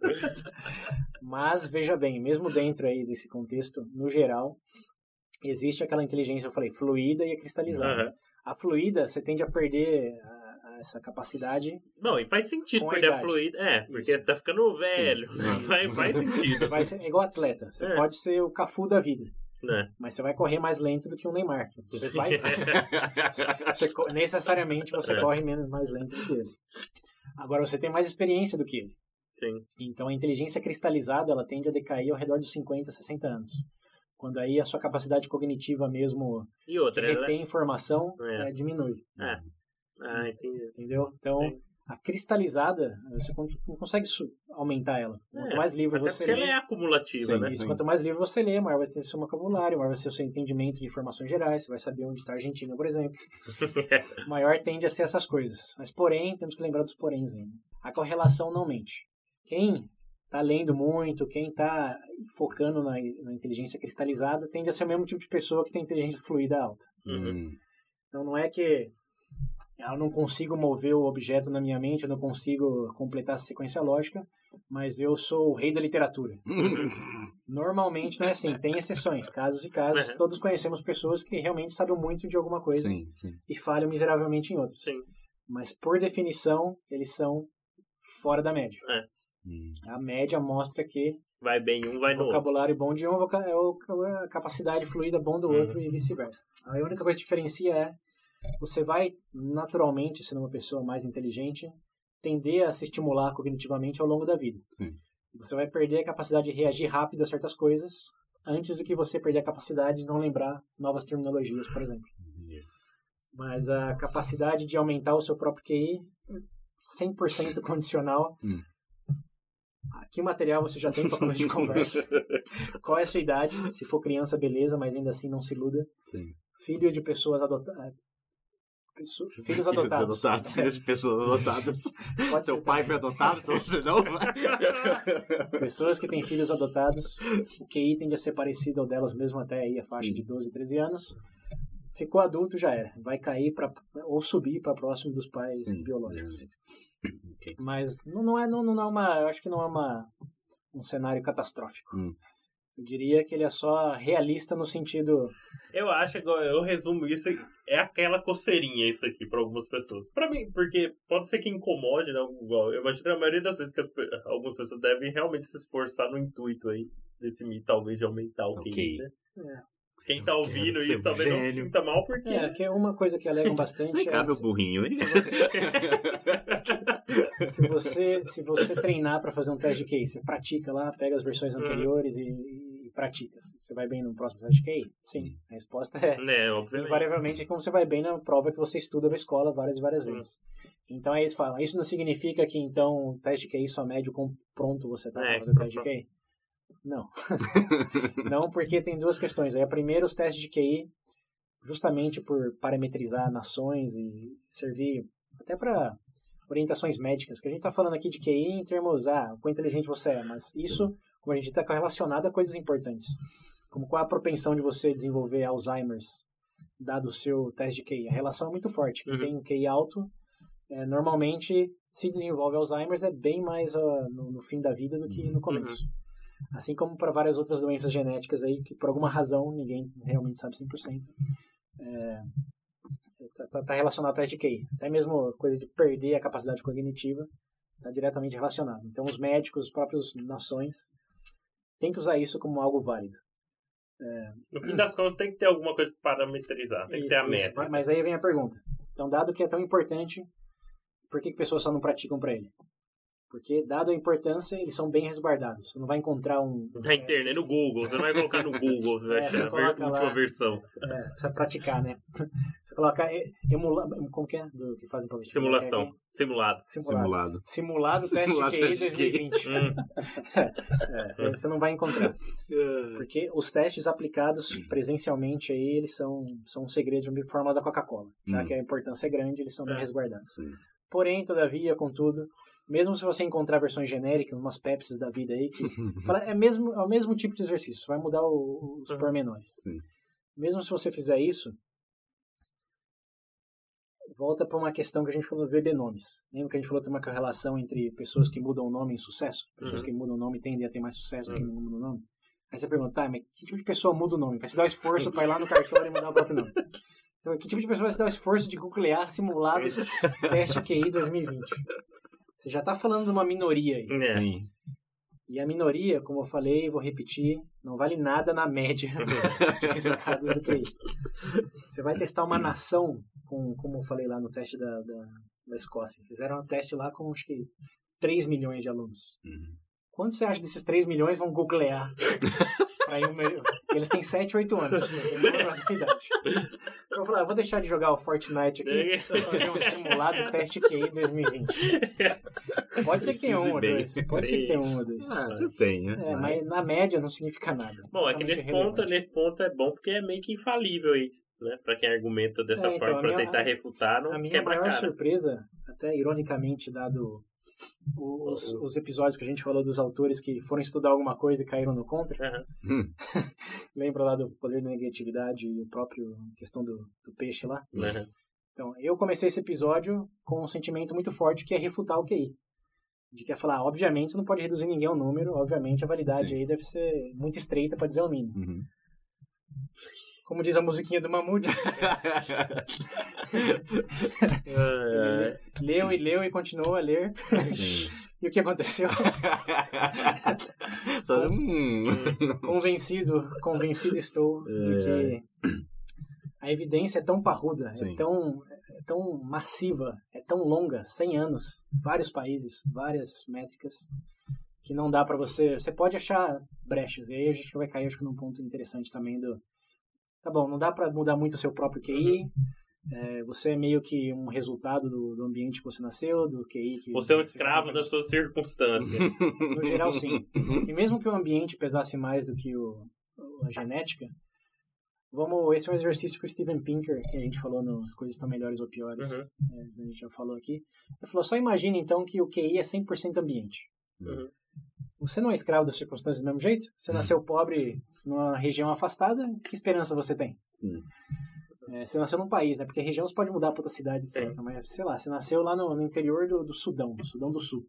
Mas, veja bem, mesmo dentro aí desse contexto, no geral, existe aquela inteligência, eu falei, fluida e a cristalizada. A fluida, você tende a perder essa capacidade. Não, e faz sentido perder a fluida. Porque você tá ficando velho. Faz sentido. Vai ser igual atleta. Você pode ser o Cafu da vida. Mas você vai correr mais lento do que um Neymar. Você vai... necessariamente você corre mais lento do que ele. Agora você tem mais experiência do que ele. Sim. Então a inteligência cristalizada ela tende a decair ao redor dos 50, 60 anos. Quando aí a sua capacidade cognitiva mesmo de reter informação diminui. Entendi. Entendeu? Então, a cristalizada, você não consegue aumentar ela. Quanto mais livros você lê... ela é acumulativa, né? Isso, quanto mais livros você lê, maior vai ter seu vocabulário, maior vai ser o seu entendimento de informações gerais, você vai saber onde está a Argentina, por exemplo. Maior tende a ser essas coisas. Mas, porém, temos que lembrar dos poréns ainda. A correlação não mente. Quem está lendo muito, quem está focando na inteligência cristalizada, tende a ser o mesmo tipo de pessoa que tem inteligência fluida alta. Então, não é que eu não consigo mover o objeto na minha mente, eu não consigo completar essa sequência lógica, mas eu sou o rei da literatura. Normalmente não é assim, tem exceções, casos e casos. Todos conhecemos pessoas que realmente sabem muito de alguma coisa e falham miseravelmente em outras. Mas, por definição, eles são fora da média. A média mostra que vai bem um, vai no outro. O vocabulário bom de um é a capacidade fluida bom do outro e vice-versa. A única coisa que diferencia é você vai, naturalmente, sendo uma pessoa mais inteligente, tender a se estimular cognitivamente ao longo da vida. Você vai perder a capacidade de reagir rápido a certas coisas antes do que você perder a capacidade de não lembrar novas terminologias, por exemplo. Mas a capacidade de aumentar o seu próprio QI, 100% condicional. Que material você já tem para começar de conversa? Qual é a sua idade? Se for criança, beleza, mas ainda assim não se iluda. Sim. Filho de pessoas adotadas. Filhos adotados. Filhos de pessoas adotadas. Seu pai foi adotado, então você não vai. Pessoas que têm filhos adotados, o QI tende a ser parecido ao delas mesmo até aí a faixa de 12, 13 anos. Ficou adulto, já era. Vai cair ou subir para próximo dos pais biológicos. Okay. Mas não é uma... Eu acho que não é um cenário catastrófico. Eu diria que ele é só realista no sentido... Eu acho, eu resumo isso, é aquela coceirinha isso aqui para algumas pessoas. Para mim, porque pode ser que incomode, né? Igual, eu imagino que a maioria das vezes que algumas pessoas devem realmente se esforçar no intuito aí, talvez de aumentar o QI, né? Quem tá ouvindo isso talvez não se sinta mal, porque... que é uma coisa que alegam bastante... Não cabe o burrinho, hein? Se você treinar para fazer um teste de QI, você pratica lá, pega as versões anteriores e pratica. Você vai bem no próximo teste de QI? Sim. A resposta é obviamente. Invariavelmente é como você vai bem na prova que você estuda na escola várias e várias vezes. Então aí eles falam, isso não significa que então o teste de QI só mede o quão pronto você tá para fazer o teste de QI? Não. Não, porque tem duas questões. Aí, a primeira, os testes de QI, justamente por parametrizar nações e servir até para orientações médicas, que a gente está falando aqui de QI em termos, quão inteligente você é, mas isso, como a gente está relacionado a coisas importantes, como qual a propensão de você desenvolver Alzheimer's, dado o seu teste de QI. A relação é muito forte. Quem tem um QI alto, normalmente, se desenvolve Alzheimer's, é bem mais no fim da vida do que no começo. Assim como para várias outras doenças genéticas aí, que por alguma razão ninguém realmente sabe 100%. Tá relacionado ao teste de QI. Até mesmo coisa de perder a capacidade cognitiva está diretamente relacionado. Então os médicos, as próprias nações, têm que usar isso como algo válido. No fim das contas tem que ter alguma coisa para parametrizar, tem que ter a meta. Mas aí vem a pergunta. Então, dado que é tão importante, por que pessoas só não praticam para ele? Porque, dado a importância, eles são bem resguardados. Você não vai encontrar na internet, no Google. Você não vai colocar no Google, você vai achar a última versão. Precisa praticar, né? Você coloca... Como que é? Do que fazem para simulação. Simulado teste de QI 2020. Você não vai encontrar. Porque os testes aplicados presencialmente aí, eles são um segredo de forma da Coca-Cola. Já que a importância é grande, eles são bem resguardados. Porém, todavia, contudo... Mesmo se você encontrar versões genéricas, umas Pepsis da vida aí, que é o mesmo tipo de exercício, vai mudar os pormenores. Sim. Mesmo se você fizer isso, volta para uma questão que a gente falou do VB Nomes. Lembra que a gente falou que tem uma correlação entre pessoas que mudam o nome em sucesso? Pessoas que mudam o nome tendem a ter mais sucesso do que não mudam o nome? Aí você pergunta, mas que tipo de pessoa muda o nome? Vai se dar o esforço para ir lá no cartório e mudar o próprio nome. Então, que tipo de pessoa vai se dar o esforço de googlear simulados teste QI 2020? Você já está falando de uma minoria aí. Sim. E a minoria, como eu falei, vou repetir, não vale nada na média de resultados do QI. Você vai testar uma nação, como eu falei lá no teste da Escócia. Fizeram um teste lá com, acho que, 3 milhões de alunos. Quanto você acha desses 3 milhões vão googlear? Eles têm 7, 8 anos. Eu vou deixar de jogar o Fortnite aqui para fazer um simulado teste QI 2020. Pode ser que tenha um ou dois. Você tem, né? Mas na média não significa nada. Bom, é que nesse ponto é bom porque é meio que infalível aí, né? Para quem argumenta dessa forma, para tentar refutar, não quebra a cara. A minha maior surpresa, até ironicamente, dado os episódios que a gente falou dos autores que foram estudar alguma coisa e caíram no contra. Lembra lá do poder da negatividade e o próprio questão do peixe lá? Então, eu comecei esse episódio com um sentimento muito forte que é refutar o QI. De que é falar, obviamente não pode reduzir ninguém ao número, obviamente a validade aí deve ser muito estreita para dizer o mínimo. Como diz a musiquinha do Mamute. Leu e continuou a ler. E o que aconteceu? Convencido estou de que a evidência é tão parruda, é tão massiva, é tão longa, 100 anos, vários países, várias métricas, que não dá para você pode achar brechas, e aí a gente vai cair, acho que num ponto interessante também tá bom, não dá para mudar muito o seu próprio QI, Você é meio que um resultado do ambiente que você nasceu, do QI que... Você é um escravo das suas circunstâncias. No geral, sim. E mesmo que o ambiente pesasse mais do que a genética, esse é um exercício que o Steven Pinker, que a gente falou nas Coisas Estão Melhores ou Piores, a gente já falou aqui. Ele falou, só imagine então que o QI é 100% ambiente. Você não é escravo das circunstâncias do mesmo jeito? Você nasceu pobre numa região afastada, que esperança você tem? Você nasceu num país, né? Porque a região você pode mudar para outra cidade, etc. Mas, sei lá, você nasceu lá no interior do Sudão do Sul.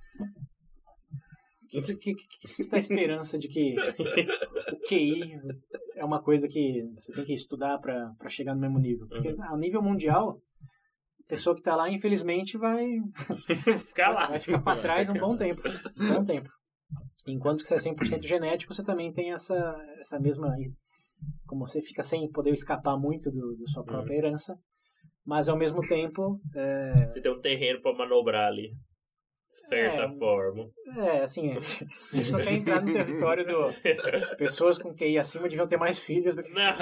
Que você tem a esperança de que o QI é uma coisa que você tem que estudar para chegar no mesmo nível? Porque ao nível mundial, a pessoa que está lá, infelizmente, vai ficar lá. Vai ficar para trás um bom tempo. Enquanto que você é 100% genético, você também tem essa mesma... Como você fica sem poder escapar muito da sua própria herança, mas ao mesmo tempo... Você tem um terreno para manobrar ali. De certa forma. Assim, a gente não quer entrar no território pessoas com QI acima deviam ter mais filhos do que... Não.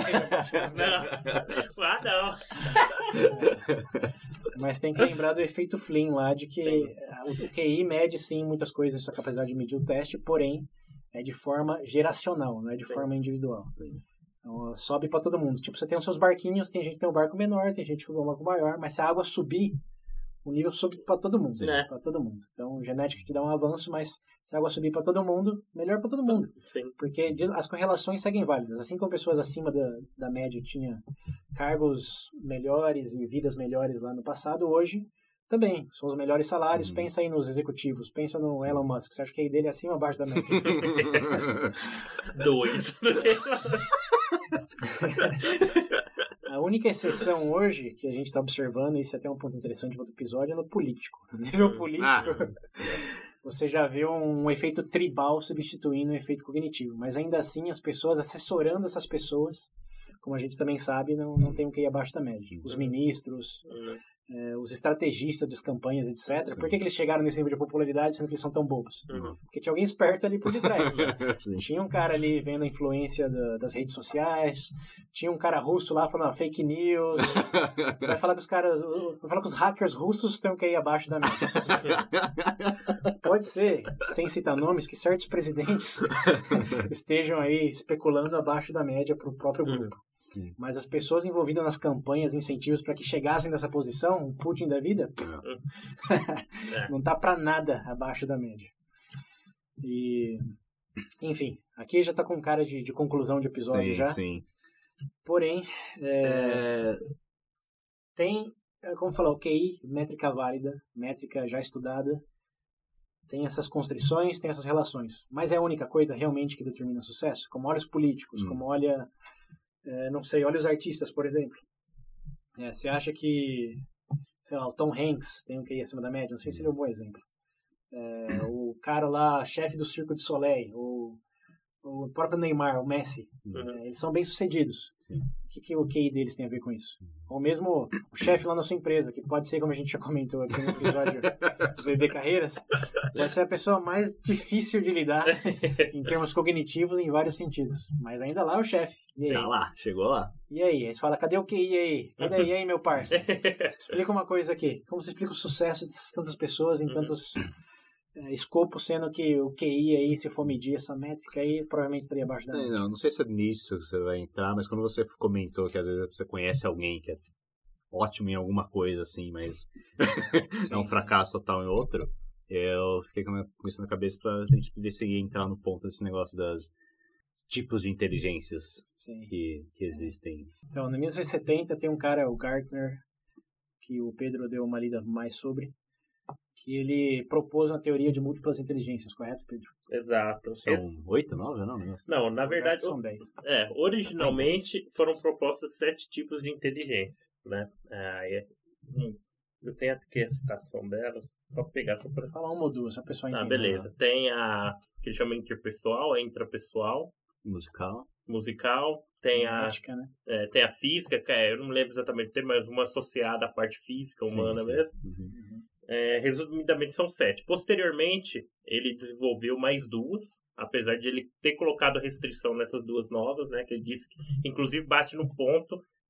Mas tem que lembrar do efeito Flynn lá, de que o QI mede sim muitas coisas, sua capacidade de medir o teste, porém é de forma geracional, não é de forma individual. Então, sobe para todo mundo. Tipo, você tem os seus barquinhos, tem gente que tem um barco menor, tem gente que tem um barco maior, mas se a água subir, o nível sobe para todo mundo. Para todo mundo. Então, genética te dá um avanço, mas se a água subir para todo mundo, melhor para todo mundo. Sim. Porque as correlações seguem válidas. Assim como pessoas acima da média tinham cargos melhores e vidas melhores lá no passado, hoje também são os melhores salários. Pensa aí nos executivos, pensa no Elon Musk. Você acha que aí dele é acima ou abaixo da média? 2. A única exceção hoje que a gente está observando, e isso é até um ponto interessante para outro episódio, é no político. No nível político, você já vê um efeito tribal substituindo o efeito cognitivo. Mas ainda assim, as pessoas, assessorando essas pessoas, como a gente também sabe, não tem um QI abaixo da média. Os ministros, os estrategistas das campanhas, etc. Por que eles chegaram nesse nível de popularidade, sendo que eles são tão bobos? Porque tinha alguém esperto ali por detrás. Tinha um cara ali vendo a influência das redes sociais, tinha um cara russo lá falando fake news, vai falar que os hackers russos têm um QI abaixo da média. Pode ser, sem citar nomes, que certos presidentes estejam aí especulando abaixo da média para o próprio grupo. Mas as pessoas envolvidas nas campanhas, incentivos para que chegassem nessa posição, o Putin da vida, não tá para nada abaixo da média. E, enfim, aqui já tá com cara de conclusão de episódio já. Sim. Porém, tem, como falar, o QI, métrica válida, métrica já estudada, tem essas constrições, tem essas relações. Mas é a única coisa realmente que determina sucesso? Como olha os políticos, como olha... não sei, olha os artistas, por exemplo. Você acha que, sei lá, o Tom Hanks tem um QI acima da média? Não sei se ele é um bom exemplo. O cara lá, chefe do Circo de Soleil, o próprio Neymar, o Messi, eles são bem-sucedidos. O que o QI deles tem a ver com isso? Ou mesmo o chefe lá na sua empresa, que pode ser, como a gente já comentou aqui no episódio do BB Carreiras, vai ser a pessoa mais difícil de lidar em termos cognitivos em vários sentidos. Mas ainda lá é o chefe. Chegou lá. E aí você fala, cadê o QI aí? E aí, meu parça? Explica uma coisa aqui. Como você explica o sucesso de tantas pessoas em tantos escopos, sendo que o QI aí, se for medir essa métrica aí, provavelmente estaria abaixo da média. Não sei se é nisso que você vai entrar, mas quando você comentou que às vezes você conhece alguém que é ótimo em alguma coisa, assim, mas é um fracasso total em outro, eu fiquei com isso na cabeça pra gente ver se ia entrar no ponto desse negócio das tipos de inteligências que existem. Então, no 1970 tem um cara, o Gartner, que o Pedro deu uma lida mais sobre, que ele propôs uma teoria de múltiplas inteligências, correto, Pedro? Exato. São 8, 9, não? Não, na verdade... São 10. Originalmente foram propostos 7 tipos de inteligência, né? Eu tenho aqui a citação delas, só pegar... Vou falar uma ou duas, só a pessoa entender. Beleza. Tem a que eles chamam interpessoal, a intrapessoal. Musical. Tem ética, né? Tem a física, que eu não me lembro exatamente o termo, mas uma associada à parte física humana mesmo. Resumidamente são 7. Posteriormente, ele desenvolveu mais 2, apesar de ele ter colocado restrição nessas 2 novas, né? Que ele disse que, inclusive, bate no ponto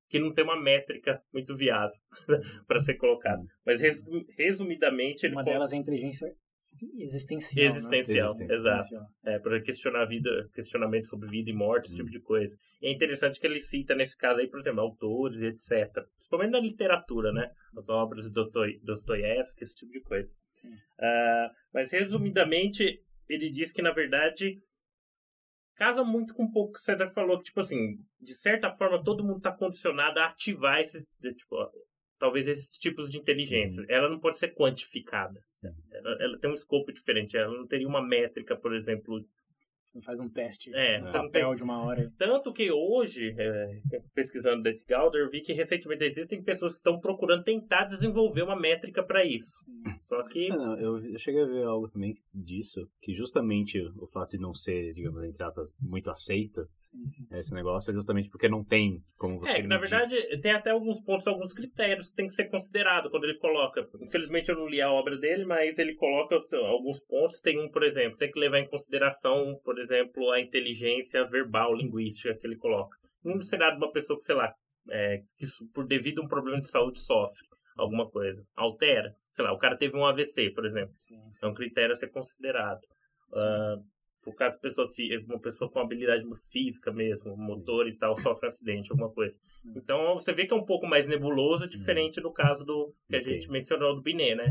que não tem uma métrica muito viável para ser colocada. Mas, resumidamente... Uma delas é a inteligência existencial. Existencial, né? Exato. Para questionar a vida, questionamento sobre vida e morte, esse tipo de coisa. E é interessante que ele cita, nesse caso aí, por exemplo, autores e etc. Principalmente na literatura, né? As obras de Dostoiévski, esse tipo de coisa. Mas, resumidamente, ele diz que, na verdade, casa muito com um pouco que o César falou, que, tipo assim, de certa forma, todo mundo está condicionado a ativar talvez esses tipos de inteligência. Ela não pode ser quantificada. Ela tem um escopo diferente. Ela não teria uma métrica, por exemplo... Não faz um teste papel de uma hora. Tanto que hoje, pesquisando desse Gauder, eu vi que recentemente existem pessoas que estão procurando tentar desenvolver uma métrica para isso. Só que... Eu cheguei a ver algo também disso, que justamente o fato de não ser, digamos, entre aspas, muito aceito, esse negócio, é justamente porque não tem como você medir. Na verdade, tem até alguns pontos, alguns critérios que tem que ser considerado quando ele coloca. Infelizmente eu não li a obra dele, mas ele coloca alguns pontos. Tem um, por exemplo, tem que levar em consideração, por exemplo, a inteligência verbal, linguística que ele coloca. Não será de uma pessoa que, sei lá, que por devido a um problema de saúde sofre alguma coisa. Altera. Sei lá, o cara teve um AVC, por exemplo. É um critério a ser considerado. Por caso uma pessoa com habilidade física mesmo, motor e tal, sofre um acidente, alguma coisa. Então, você vê que é um pouco mais nebuloso, diferente do caso do que a gente mencionou do Binet, né?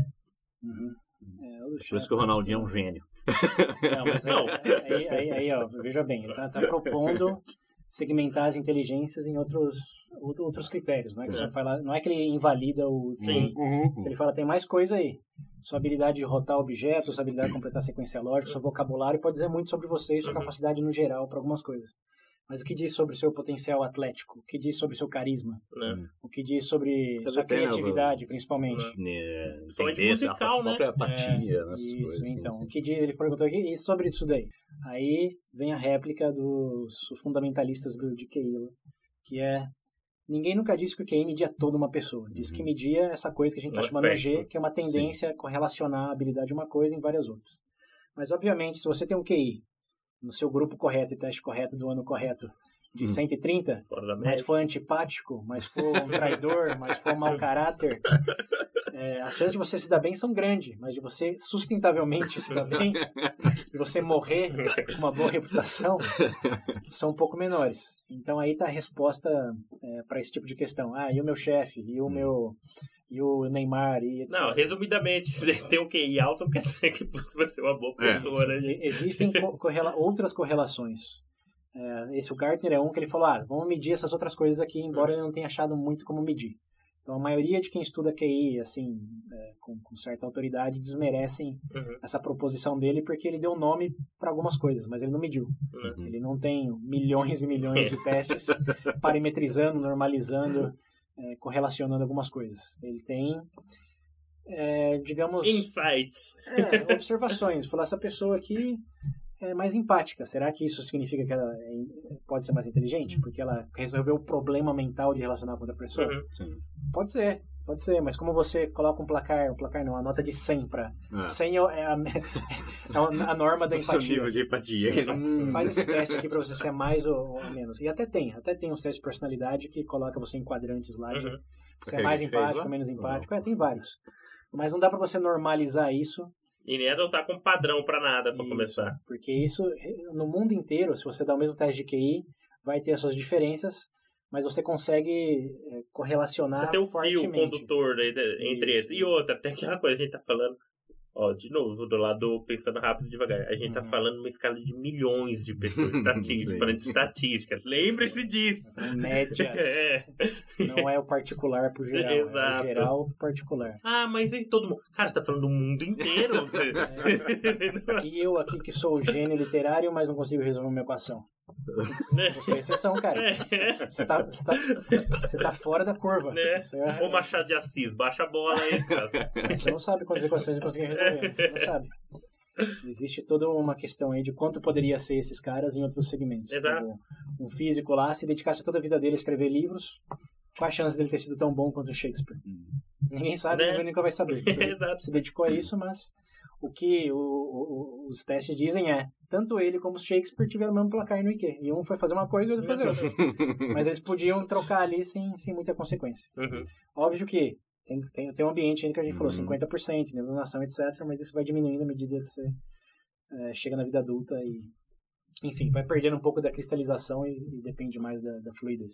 Por isso que o Ronaldinho é um gênio. Não, mas aí, ó, veja bem, ele tá propondo segmentar as inteligências em outros critérios, não é que você fala, não é que ele invalida o QI. Ele fala, tem mais coisa aí. Sua habilidade de rotar objetos, sua habilidade de completar sequência lógica, seu vocabulário pode dizer muito sobre você e sua capacidade no geral para algumas coisas. Mas o que diz sobre o seu potencial atlético? O que diz sobre o seu carisma? O que diz sobre sua criatividade, principalmente? Entender musical, a própria apatia, nessas isso, coisas. Então, sim. o que ele perguntou aqui, e sobre isso daí? Aí vem a réplica dos fundamentalistas de QI, que é: ninguém nunca disse que o QI media toda uma pessoa. Diz que media essa coisa que a gente está chamando de G, que é uma tendência a correlacionar a habilidade de uma coisa em várias outras. Mas, obviamente, se você tem um QI no seu grupo correto e teste correto do ano correto de 130, mas for antipático, mas for um traidor, mas for um mau caráter, as chances de você se dar bem são grandes, mas de você sustentavelmente se dar bem, de você morrer com uma boa reputação, são um pouco menores. Então aí está a resposta para esse tipo de questão. E o meu chefe, e o Neymar, e etc. Não, resumidamente, tem um QI alto, não quer dizer que você vai ser uma boa pessoa, né? Existem outras correlações. O Gartner é um que ele falou, vamos medir essas outras coisas aqui, embora ele não tenha achado muito como medir. Então, a maioria de quem estuda QI, assim, com certa autoridade, desmerecem essa proposição dele, porque ele deu nome para algumas coisas, mas ele não mediu. Ele não tem milhões e milhões de testes parametrizando, normalizando, correlacionando algumas coisas. Ele tem, digamos... insights. Observações. Falar, essa pessoa aqui é mais empática. Será que isso significa que ela pode ser mais inteligente? Porque ela resolveu o problema mental de relacionar com outra pessoa? Pode ser, mas como você coloca um placar não, a nota de 100 para 100 é a norma da empatia. Seu nível de empatia. Faz esse teste aqui para você ser mais ou menos. E até tem uns testes de personalidade que coloca você em quadrantes lá de você é mais empático, menos empático. Tem vários. Mas não dá para você normalizar isso. E nem adotar como padrão para nada, para começar. Porque isso, no mundo inteiro, se você dá o mesmo teste de QI, vai ter as suas diferenças, mas você consegue correlacionar você tem fortemente. Fio condutor entre eles. E outra, tem aquela coisa, a gente tá falando, de novo, do lado pensando rápido e devagar, a gente tá falando numa escala de milhões de pessoas, falando de estatística. Lembre-se disso. Médias. Não é o particular pro geral, Exato. É o geral pro particular. Mas aí todo mundo... Cara, você tá falando do mundo inteiro. E eu aqui que sou o gênio literário, mas não consigo resolver uma equação. Você é exceção, cara. Você tá fora da curva. Ô Machado de Assis, baixa a bola aí, cara. Você não sabe quantas equações você conseguiu resolver. Você não sabe. Existe toda uma questão aí de quanto poderia ser esses caras em outros segmentos. Exato. Como um físico lá se dedicasse toda a vida dele a escrever livros, qual a chance dele ter sido tão bom quanto o Shakespeare? Ninguém sabe, ninguém nunca vai saber. Ele se dedicou a isso, mas O que os testes dizem é, tanto ele como o Shakespeare tiveram o mesmo placar no IQ. E um foi fazer uma coisa e o outro fazer outra. Mas eles podiam trocar ali sem muita consequência. Óbvio que tem um ambiente ainda que a gente falou, 50%, nebulização, etc. Mas isso vai diminuindo à medida que você chega na vida adulta e, enfim, vai perdendo um pouco da cristalização e depende mais da fluidez.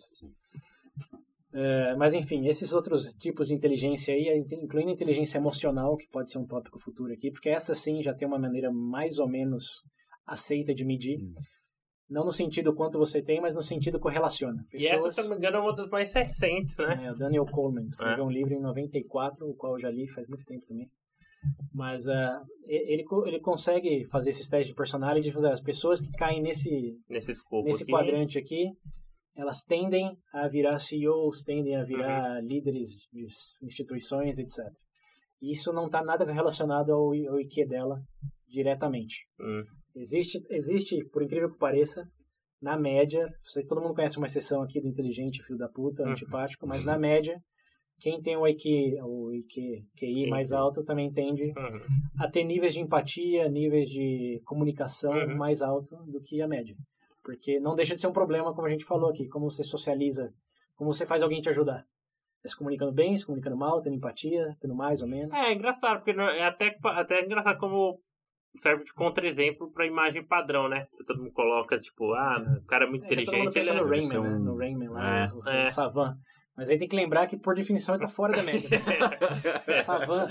Mas, enfim, esses outros tipos de inteligência aí, incluindo a inteligência emocional, que pode ser um tópico futuro aqui, porque essa sim já tem uma maneira mais ou menos aceita de medir. Não no sentido quanto você tem, mas no sentido correlaciona. E essa, se não me engano, é uma das mais recentes, né? O Daniel Goleman escreveu um livro em 94, o qual eu já li faz muito tempo também. Mas ele consegue fazer esses testes de personalidade, fazer as pessoas que caem nesse quadrante aqui, elas tendem a virar CEOs, tendem a virar líderes de instituições, etc. E isso não está nada relacionado ao IQ dela diretamente. Existe, por incrível que pareça, na média, todo mundo conhece uma exceção aqui do inteligente, filho da puta, antipático, mas na média, quem tem o QI mais alto também tende a ter níveis de empatia, níveis de comunicação mais alto do que a média. Porque não deixa de ser um problema, como a gente falou aqui, como você socializa, como você faz alguém te ajudar. Se comunicando bem, se comunicando mal, tendo empatia, tendo mais ou menos. É engraçado, porque é até engraçado como serve de contra-exemplo para imagem padrão, né? Todo mundo coloca, tipo, o cara é muito inteligente. Ele no Rain Man, né? No Rain Man lá, o Savan. Mas aí tem que lembrar que, por definição, ele tá fora da média. Savan.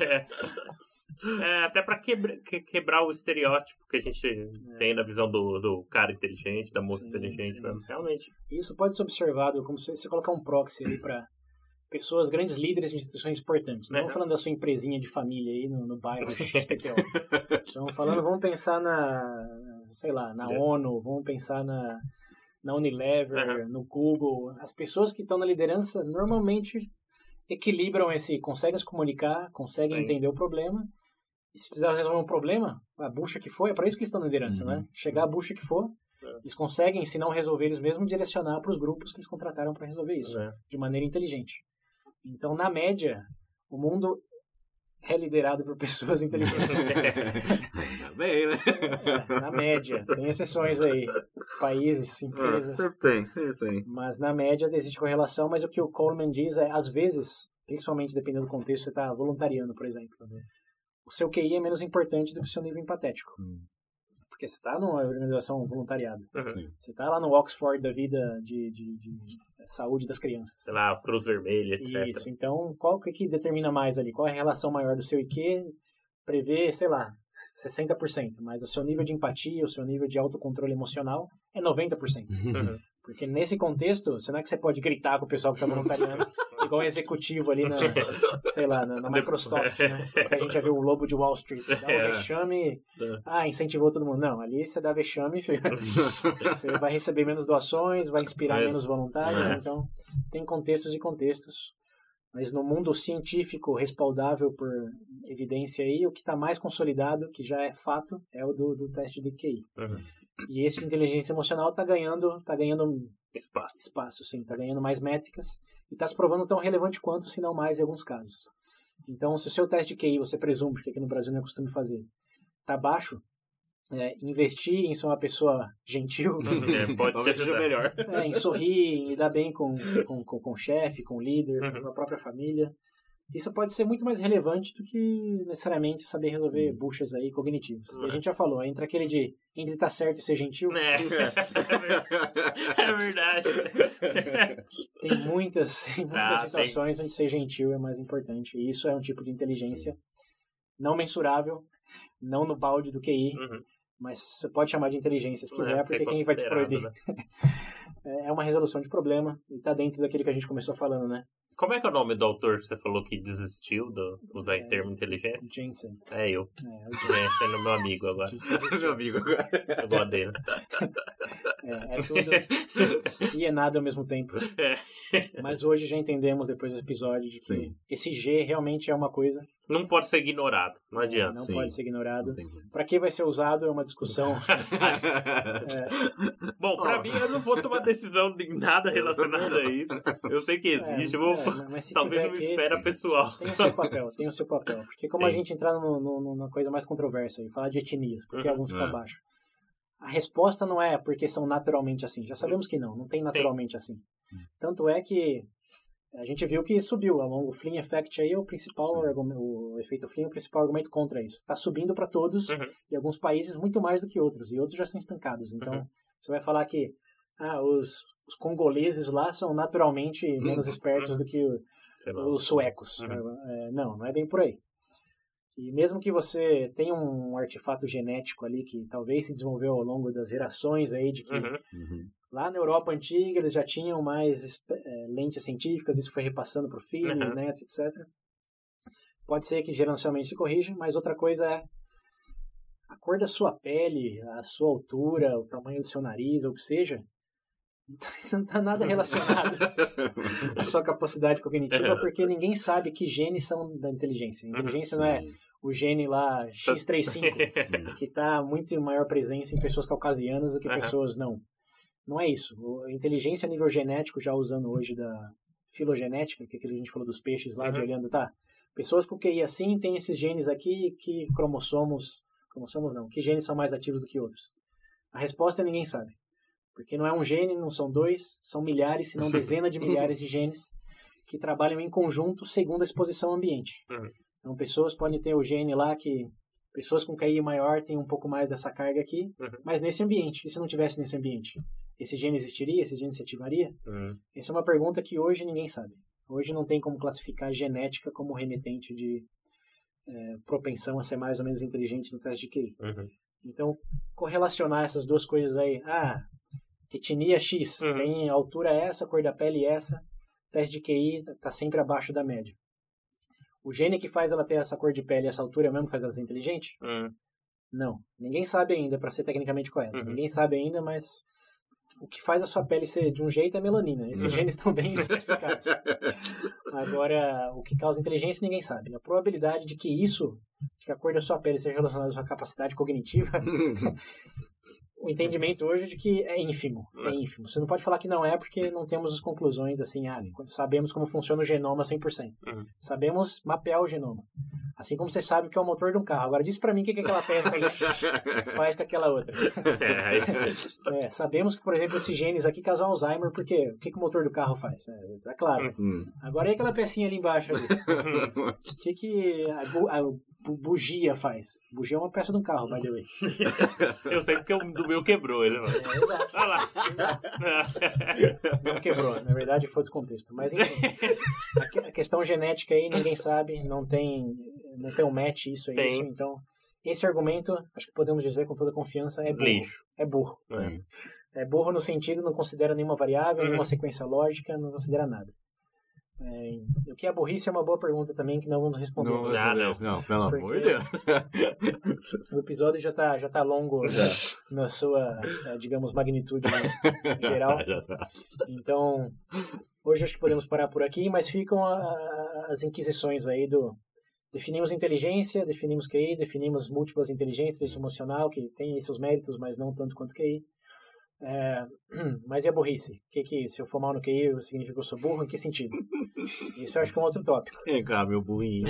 Até pra quebrar o estereótipo que a gente tem na visão do cara inteligente, da moça inteligente, mesmo, realmente. Isso pode ser observado como se você colocar um proxy aí pra pessoas, grandes líderes de instituições importantes. Não falando da sua empresinha de família aí no bairro XPTO. Então, vamos pensar na ONU, vamos pensar na Unilever, no Google. As pessoas que estão na liderança normalmente equilibram conseguem se comunicar, conseguem entender o problema. E se precisar resolver um problema, a bucha que for, é para isso que eles estão na liderança, né? Chegar a bucha que for, eles conseguem, se não resolver eles mesmos, direcionar para os grupos que eles contrataram para resolver isso, de maneira inteligente. Então, na média, o mundo é liderado por pessoas inteligentes. Bem, né? Na média. Tem exceções aí. Países, empresas. Sempre tem. Mas na média existe correlação, mas o que o Coleman diz é, às vezes, principalmente dependendo do contexto, você está voluntariando, por exemplo. O seu QI é menos importante do que o seu nível empatético. Porque você está numa organização voluntariada. Você está lá no Oxford da vida de saúde das crianças. Sei lá, Cruz Vermelha, etc. Isso, então qual que determina mais ali? Qual é a relação maior do seu IQ? Prevê, sei lá, 60%, mas o seu nível de empatia, o seu nível de autocontrole emocional é 90%. Porque nesse contexto, não é que você pode gritar com o pessoal que está voluntariando, igual um executivo ali na Microsoft, né? Porque a gente já viu o Lobo de Wall Street, dá um vexame, incentivou todo mundo. Não, ali você dá vexame, você vai receber menos doações, vai inspirar menos voluntários, então tem contextos e contextos. Mas no mundo científico respaldável por evidência aí, o que está mais consolidado, que já é fato, é o do teste de QI. E esse de inteligência emocional está ganhando espaço, sim, está ganhando mais métricas e está se provando tão relevante quanto, se não mais, em alguns casos. Então, se o seu teste de QI, você presume, porque aqui no Brasil não é costume fazer, está baixo, investir em ser uma pessoa gentil, pode te ajudar melhor. Em sorrir, em lidar bem com o chefe, com o líder, com a própria família. Isso pode ser muito mais relevante do que necessariamente saber resolver buchas aí cognitivas. E a gente já falou, entre estar certo e ser gentil. É verdade. Tem muitas situações onde ser gentil é mais importante. E isso é um tipo de inteligência não mensurável, não no balde do QI, mas você pode chamar de inteligência se quiser, porque quem vai te proibir? Né? É uma resolução de problema e está dentro daquele que a gente começou falando, né? Como é que é o nome do autor que você falou que desistiu de usar o termo inteligência? Jensen. É eu. O Jensen é meu amigo agora. Meu amigo agora. Eu gosto dele. É tudo e é nada ao mesmo tempo. Mas hoje já entendemos, depois do episódio, de que esse G realmente é uma coisa... Não pode ser ignorado, não adianta. Não pode ser ignorado. Para que vai ser usado é uma discussão. Bom, para mim eu não vou tomar decisão de nada relacionado a isso. Eu sei que existe, eu vou talvez uma esfera pessoal. Tem o seu papel. Porque como a gente entrar numa coisa mais controversa e falar de etnias, porque alguns ficam abaixo. A resposta não é porque são naturalmente assim. Já sabemos que não tem naturalmente assim. Tanto é que a gente viu que subiu ao longo. O Flynn Effect aí é o principal o efeito Flynn é o principal argumento contra isso. Está subindo para todos e alguns países muito mais do que outros. E outros já estão estancados. Então, você vai falar que os congoleses lá são naturalmente menos espertos do que os suecos. Não é bem por aí. E mesmo que você tenha um artefato genético ali que talvez se desenvolveu ao longo das gerações aí, de que lá na Europa antiga eles já tinham mais lentes científicas, isso foi repassando para o filho, neto, etc. Pode ser que geracionalmente se corrija, mas outra coisa é a cor da sua pele, a sua altura, o tamanho do seu nariz, ou o que seja, isso não está nada relacionado à sua capacidade cognitiva, porque ninguém sabe que genes são da inteligência. A inteligência não é o gene lá X35, que está muito em maior presença em pessoas caucasianas do que pessoas não. Não é isso. A inteligência a nível genético, já usando hoje da filogenética, que é aquilo que a gente falou dos peixes lá, de olhando, pessoas com QI assim têm esses genes aqui, que que genes são mais ativos do que outros? A resposta é ninguém sabe. Porque não é um gene, não são dois, são milhares, se não dezenas de milhares de genes que trabalham em conjunto segundo a exposição ao ambiente. Então, pessoas podem ter o gene lá que pessoas com QI maior têm um pouco mais dessa carga aqui, mas nesse ambiente. E se não tivesse nesse ambiente? Esse gene existiria? Esse gene se ativaria? Essa é uma pergunta que hoje ninguém sabe. Hoje não tem como classificar a genética como remetente de propensão a ser mais ou menos inteligente no teste de QI. Então, correlacionar essas duas coisas aí, etnia X, tem altura essa, cor da pele essa, teste de QI está sempre abaixo da média. O gene que faz ela ter essa cor de pele e essa altura mesmo faz ela ser inteligente? Não. Ninguém sabe ainda, para ser tecnicamente correto. Ninguém sabe ainda, mas o que faz a sua pele ser de um jeito é melanina. Esses genes estão bem especificados. Agora, o que causa inteligência ninguém sabe. A probabilidade de que a cor da sua pele seja relacionada à sua capacidade cognitiva, o entendimento hoje é de que é ínfimo. Você não pode falar que não é porque não temos as conclusões assim, sabemos como funciona o genoma 100%. Sabemos mapear o genoma. Assim como você sabe o que é o motor de um carro. Agora, diz pra mim o que aquela peça aí faz com aquela outra. Sabemos que, por exemplo, esses genes aqui causam Alzheimer, porque o que o motor do carro faz? É claro. Agora, e aquela pecinha ali embaixo? Ali? O que a bugia faz? Bugia é uma peça de um carro, by the way. Eu sei porque o do meu quebrou. Ele exato. Olha lá. Exato. Não quebrou, na verdade foi do contexto. Mas enfim, a questão genética aí ninguém sabe, não tem um match, isso é isso. Então, esse argumento, acho que podemos dizer com toda confiança, é burro. Lixo. É burro. É burro no sentido, não considera nenhuma variável, nenhuma sequência lógica, não considera nada. O que é burrice é uma boa pergunta também, que não vamos responder. Não, pelo amor de Deus. O episódio já tá longo na sua, digamos, magnitude geral. Já tá. Então, hoje acho que podemos parar por aqui, mas ficam as inquisições aí definimos inteligência, definimos QI, definimos múltiplas inteligências, emocional, que tem aí seus méritos, mas não tanto quanto QI. Mas e a burrice? Que se eu for mal no QI significa que eu sou burro? Em que sentido? Isso eu acho que é um outro tópico. Meu burrinho.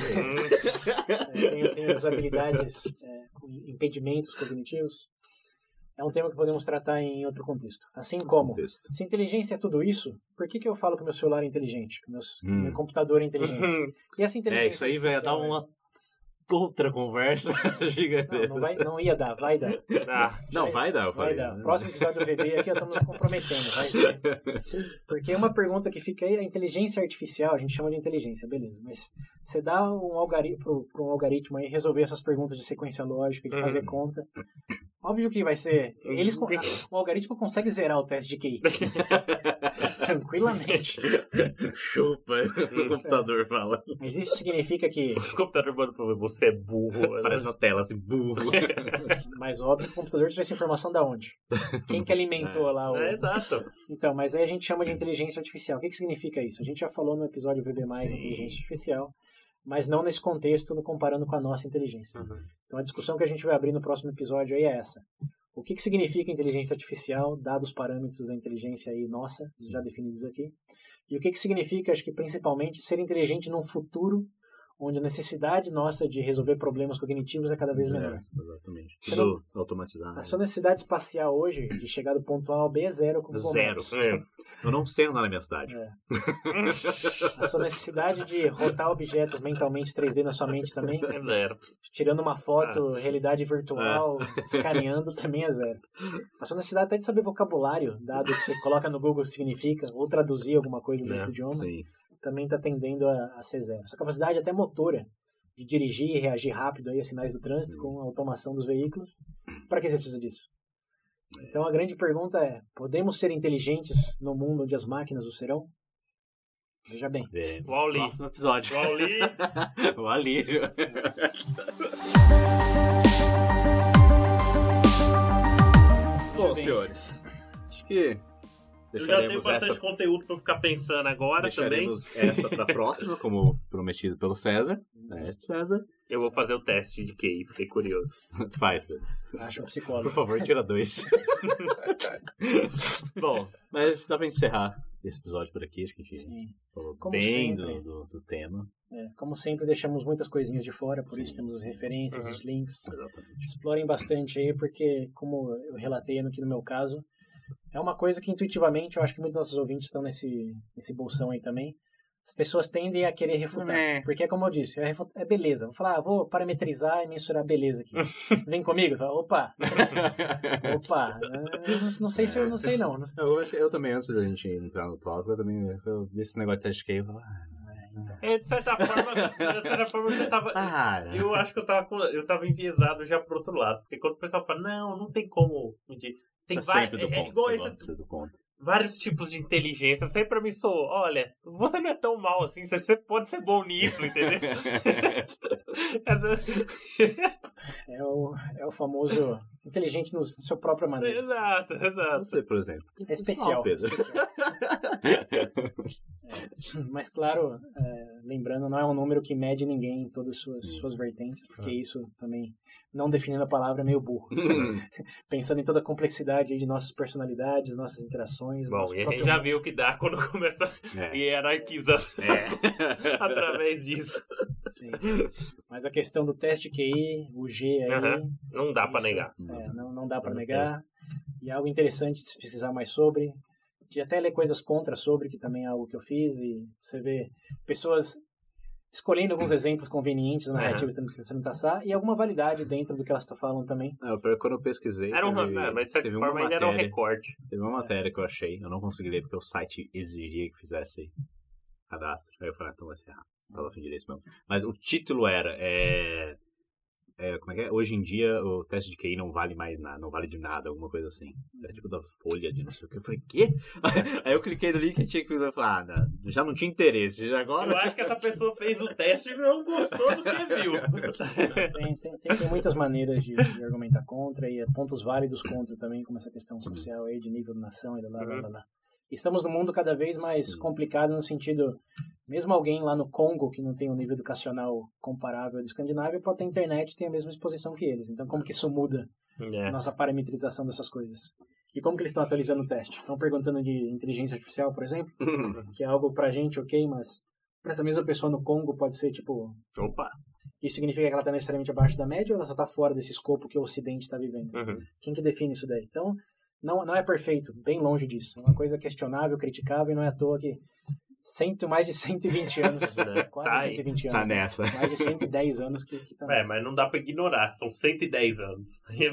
Tem as habilidades, impedimentos cognitivos. É um tema que podemos tratar em outro contexto. Assim como, se inteligência é tudo isso, por que eu falo que meu celular é inteligente? Que meu computador é inteligente? E essa inteligência isso aí vai dar uma outra conversa gigantesca. Não ia dar, vai dar. Vai dar, eu falei. Vai dar. Próximo episódio do VB aqui, estamos nos comprometendo, vai ser. Porque uma pergunta que fica aí, a inteligência artificial, a gente chama de inteligência, beleza. Mas você dá um algoritmo aí resolver essas perguntas de sequência lógica, de fazer conta. Óbvio que vai ser... O algoritmo consegue zerar o teste de QI. Tranquilamente. Chupa, o computador fala. Mas isso significa que... O computador manda pra você é burro. Parece na tela, assim, burro. Mas óbvio que o computador tirou essa informação da onde? Quem que alimentou lá o... Exato. Então, mas aí a gente chama de inteligência artificial. O que significa isso? A gente já falou no episódio VB+, inteligência artificial, mas não nesse contexto, comparando com a nossa inteligência. Então a discussão que a gente vai abrir no próximo episódio aí é essa. O que significa inteligência artificial, dados os parâmetros da inteligência aí nossa, já definidos aqui. E o que significa, acho que principalmente, ser inteligente num futuro onde a necessidade nossa de resolver problemas cognitivos é cada vez menor. Exatamente. Tudo automatizado. A sua necessidade espacial hoje, de chegar do ponto A ao B, é zero. Zero. Eu não sei andar na minha cidade. A sua necessidade de rotar objetos mentalmente 3D na sua mente também é zero. Tirando uma foto, realidade virtual, escaneando, também é zero. A sua necessidade até de saber vocabulário, dado que você coloca no Google significa, ou traduzir alguma coisa desse idioma, também está tendendo a ser zero. Essa capacidade até motora de dirigir e reagir rápido aí a sinais do trânsito com a automação dos veículos. Para que você precisa disso? Então a grande pergunta é, podemos ser inteligentes no mundo onde as máquinas o serão? Veja bem. O Wall-E. Próximo episódio. O Wall-E. Bom, senhores, acho que eu já tenho bastante conteúdo para ficar pensando agora deixaremos também. Essa para a próxima, como prometido pelo César. César. Eu vou fazer o teste de QI, fiquei curioso. Faz, Pedro. Acho um psicólogo. Por favor, tira 2. Bom, mas dá para encerrar esse episódio por aqui. Acho que a gente falou bem do tema. Como sempre, deixamos muitas coisinhas de fora, por isso temos as referências, os links. Exatamente. Explorem bastante aí, porque, como eu relatei aqui no meu caso, é uma coisa que intuitivamente, eu acho que muitos dos nossos ouvintes estão nesse bolsão aí também. As pessoas tendem a querer refutar. Porque é como eu disse, é beleza. Vou falar, vou parametrizar e mensurar beleza aqui. Vem comigo? Falo, opa! Não sei se eu não sei não. Eu acho que eu também, antes da gente entrar no tópico, eu vi esse negócio de teste QI e falei, de certa forma eu tava. Eu acho que eu tava enviesado já pro outro lado. Porque quando o pessoal fala, não tem como medir. Tem vários tipos de inteligência. Sempre pra mim olha, você não é tão mal assim, você pode ser bom nisso, entendeu? É o famoso inteligente no seu própria maneira. Exato. Você, por exemplo. É especial. Pedro. Mas claro, lembrando, não é um número que mede ninguém em todas as suas vertentes, porque isso também, não definindo a palavra, é meio burro. Pensando em toda a complexidade aí de nossas personalidades, nossas interações. Bom, e a gente já viu o que dá quando começa a hierarquizar através disso. Sim. Mas a questão do teste QI, o G aí... Não dá pra negar. Não dá pra negar. E é algo interessante de se pesquisar mais sobre. De até ler coisas contra sobre, que também é algo que eu fiz. E você vê pessoas escolhendo alguns exemplos convenientes na narrativa tentando traçar e alguma validade dentro do que elas estão falando também. Quando eu pesquisei... Mas de certa forma ainda era um recorte. Teve uma matéria que eu achei, eu não consegui ler porque o site exigia que fizesse cadastro. Aí eu falei, então vai se ferrar. Tava a fim de ler isso mesmo. Mas o título era... como é que é? Hoje em dia o teste de QI não vale mais nada, não vale de nada, alguma coisa assim. Era tipo da Folha de não sei o que. Eu falei, quê? Aí eu cliquei no link e tinha que falar, já não tinha interesse. Agora... Eu acho que essa pessoa fez o teste e não gostou do que viu. Tem muitas maneiras de argumentar contra e pontos válidos contra também, como essa questão social aí de nível de nação e lá. Estamos num mundo cada vez mais complicado no sentido, mesmo alguém lá no Congo que não tem um nível educacional comparável ao da Escandinávia pode ter internet e tem a mesma exposição que eles. Então como que isso muda a nossa parametrização dessas coisas? E como que eles estão atualizando o teste? Estão perguntando de inteligência artificial, por exemplo, que é algo pra gente ok, mas pra essa mesma pessoa no Congo pode ser tipo... Opa! Isso significa que ela está necessariamente abaixo da média ou ela só está fora desse escopo que o Ocidente está vivendo? Quem que define isso daí? Então... Não é perfeito, bem longe disso. É uma coisa questionável, criticável, e não é à toa que mais de 120 anos, quase 120 anos. Tá nessa. Mais de 110 anos que tá nessa. Mas não dá pra ignorar, são 110 anos.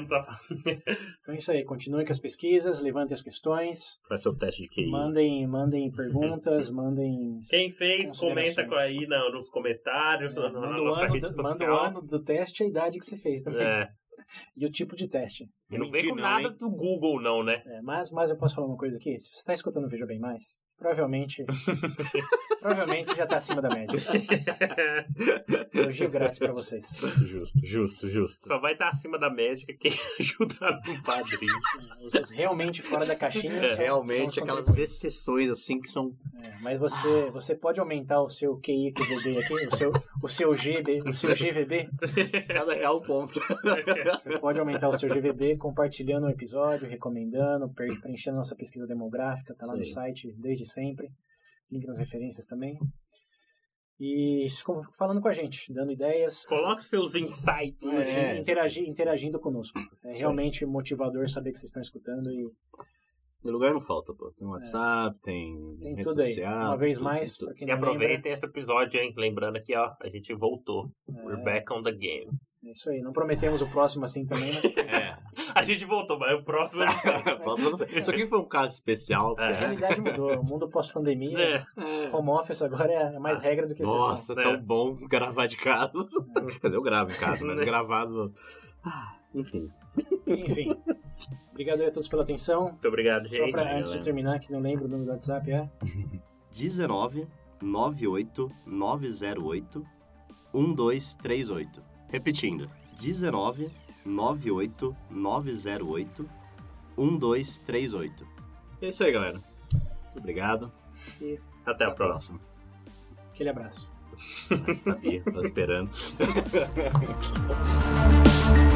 Então é isso aí, continuem com as pesquisas, levantem as questões. Faz seu teste de QI. Mandem perguntas, mandem... Quem fez, comenta aí nos comentários, na nossa rede social. Manda o ano do teste e a idade que você fez também. E o tipo de teste. E não vem com nada do Google, não, né? Mas eu posso falar uma coisa aqui? Se você está escutando o Veja Bem Mais, provavelmente você já está acima da média. Elogio grátis para vocês. Justo. Só vai estar acima da média quem ajudar no padrinho. Os realmente fora da caixinha. Realmente, aquelas exceções assim que são... Mas você pode aumentar o seu QI QVB aqui, o seu GVB. Cada real ponto. Você pode aumentar o seu GVB compartilhando o episódio, recomendando, preenchendo nossa pesquisa demográfica, tá lá no site desde sempre. Link nas referências também. E falando com a gente, dando ideias. Coloque seus insights. Interagindo conosco. É realmente motivador saber que vocês estão escutando e... O lugar não falta, pô. Tem WhatsApp, tem rede tudo aí. social. Uma vez mais. Tudo. E aproveitem esse episódio, hein? Lembrando aqui, ó, a gente voltou. We're back on the game. É isso aí. Não prometemos o próximo assim também, mas... A gente voltou, mas o próximo não sei. Isso aqui foi um caso especial. A realidade mudou. O mundo pós-pandemia, home office agora é mais regra do que exceção. Nossa, tão bom gravar de casa. Quer dizer, eu gravo em casa, mas gravado... Enfim. Obrigado aí a todos pela atenção. Muito obrigado, gente. Só antes de terminar, que não lembro o número do WhatsApp, 19 98 908 1238. Repetindo, 19 98 908 1238. É isso aí, galera. Muito obrigado. E até a próxima. Aquele abraço. Sabia, tava esperando.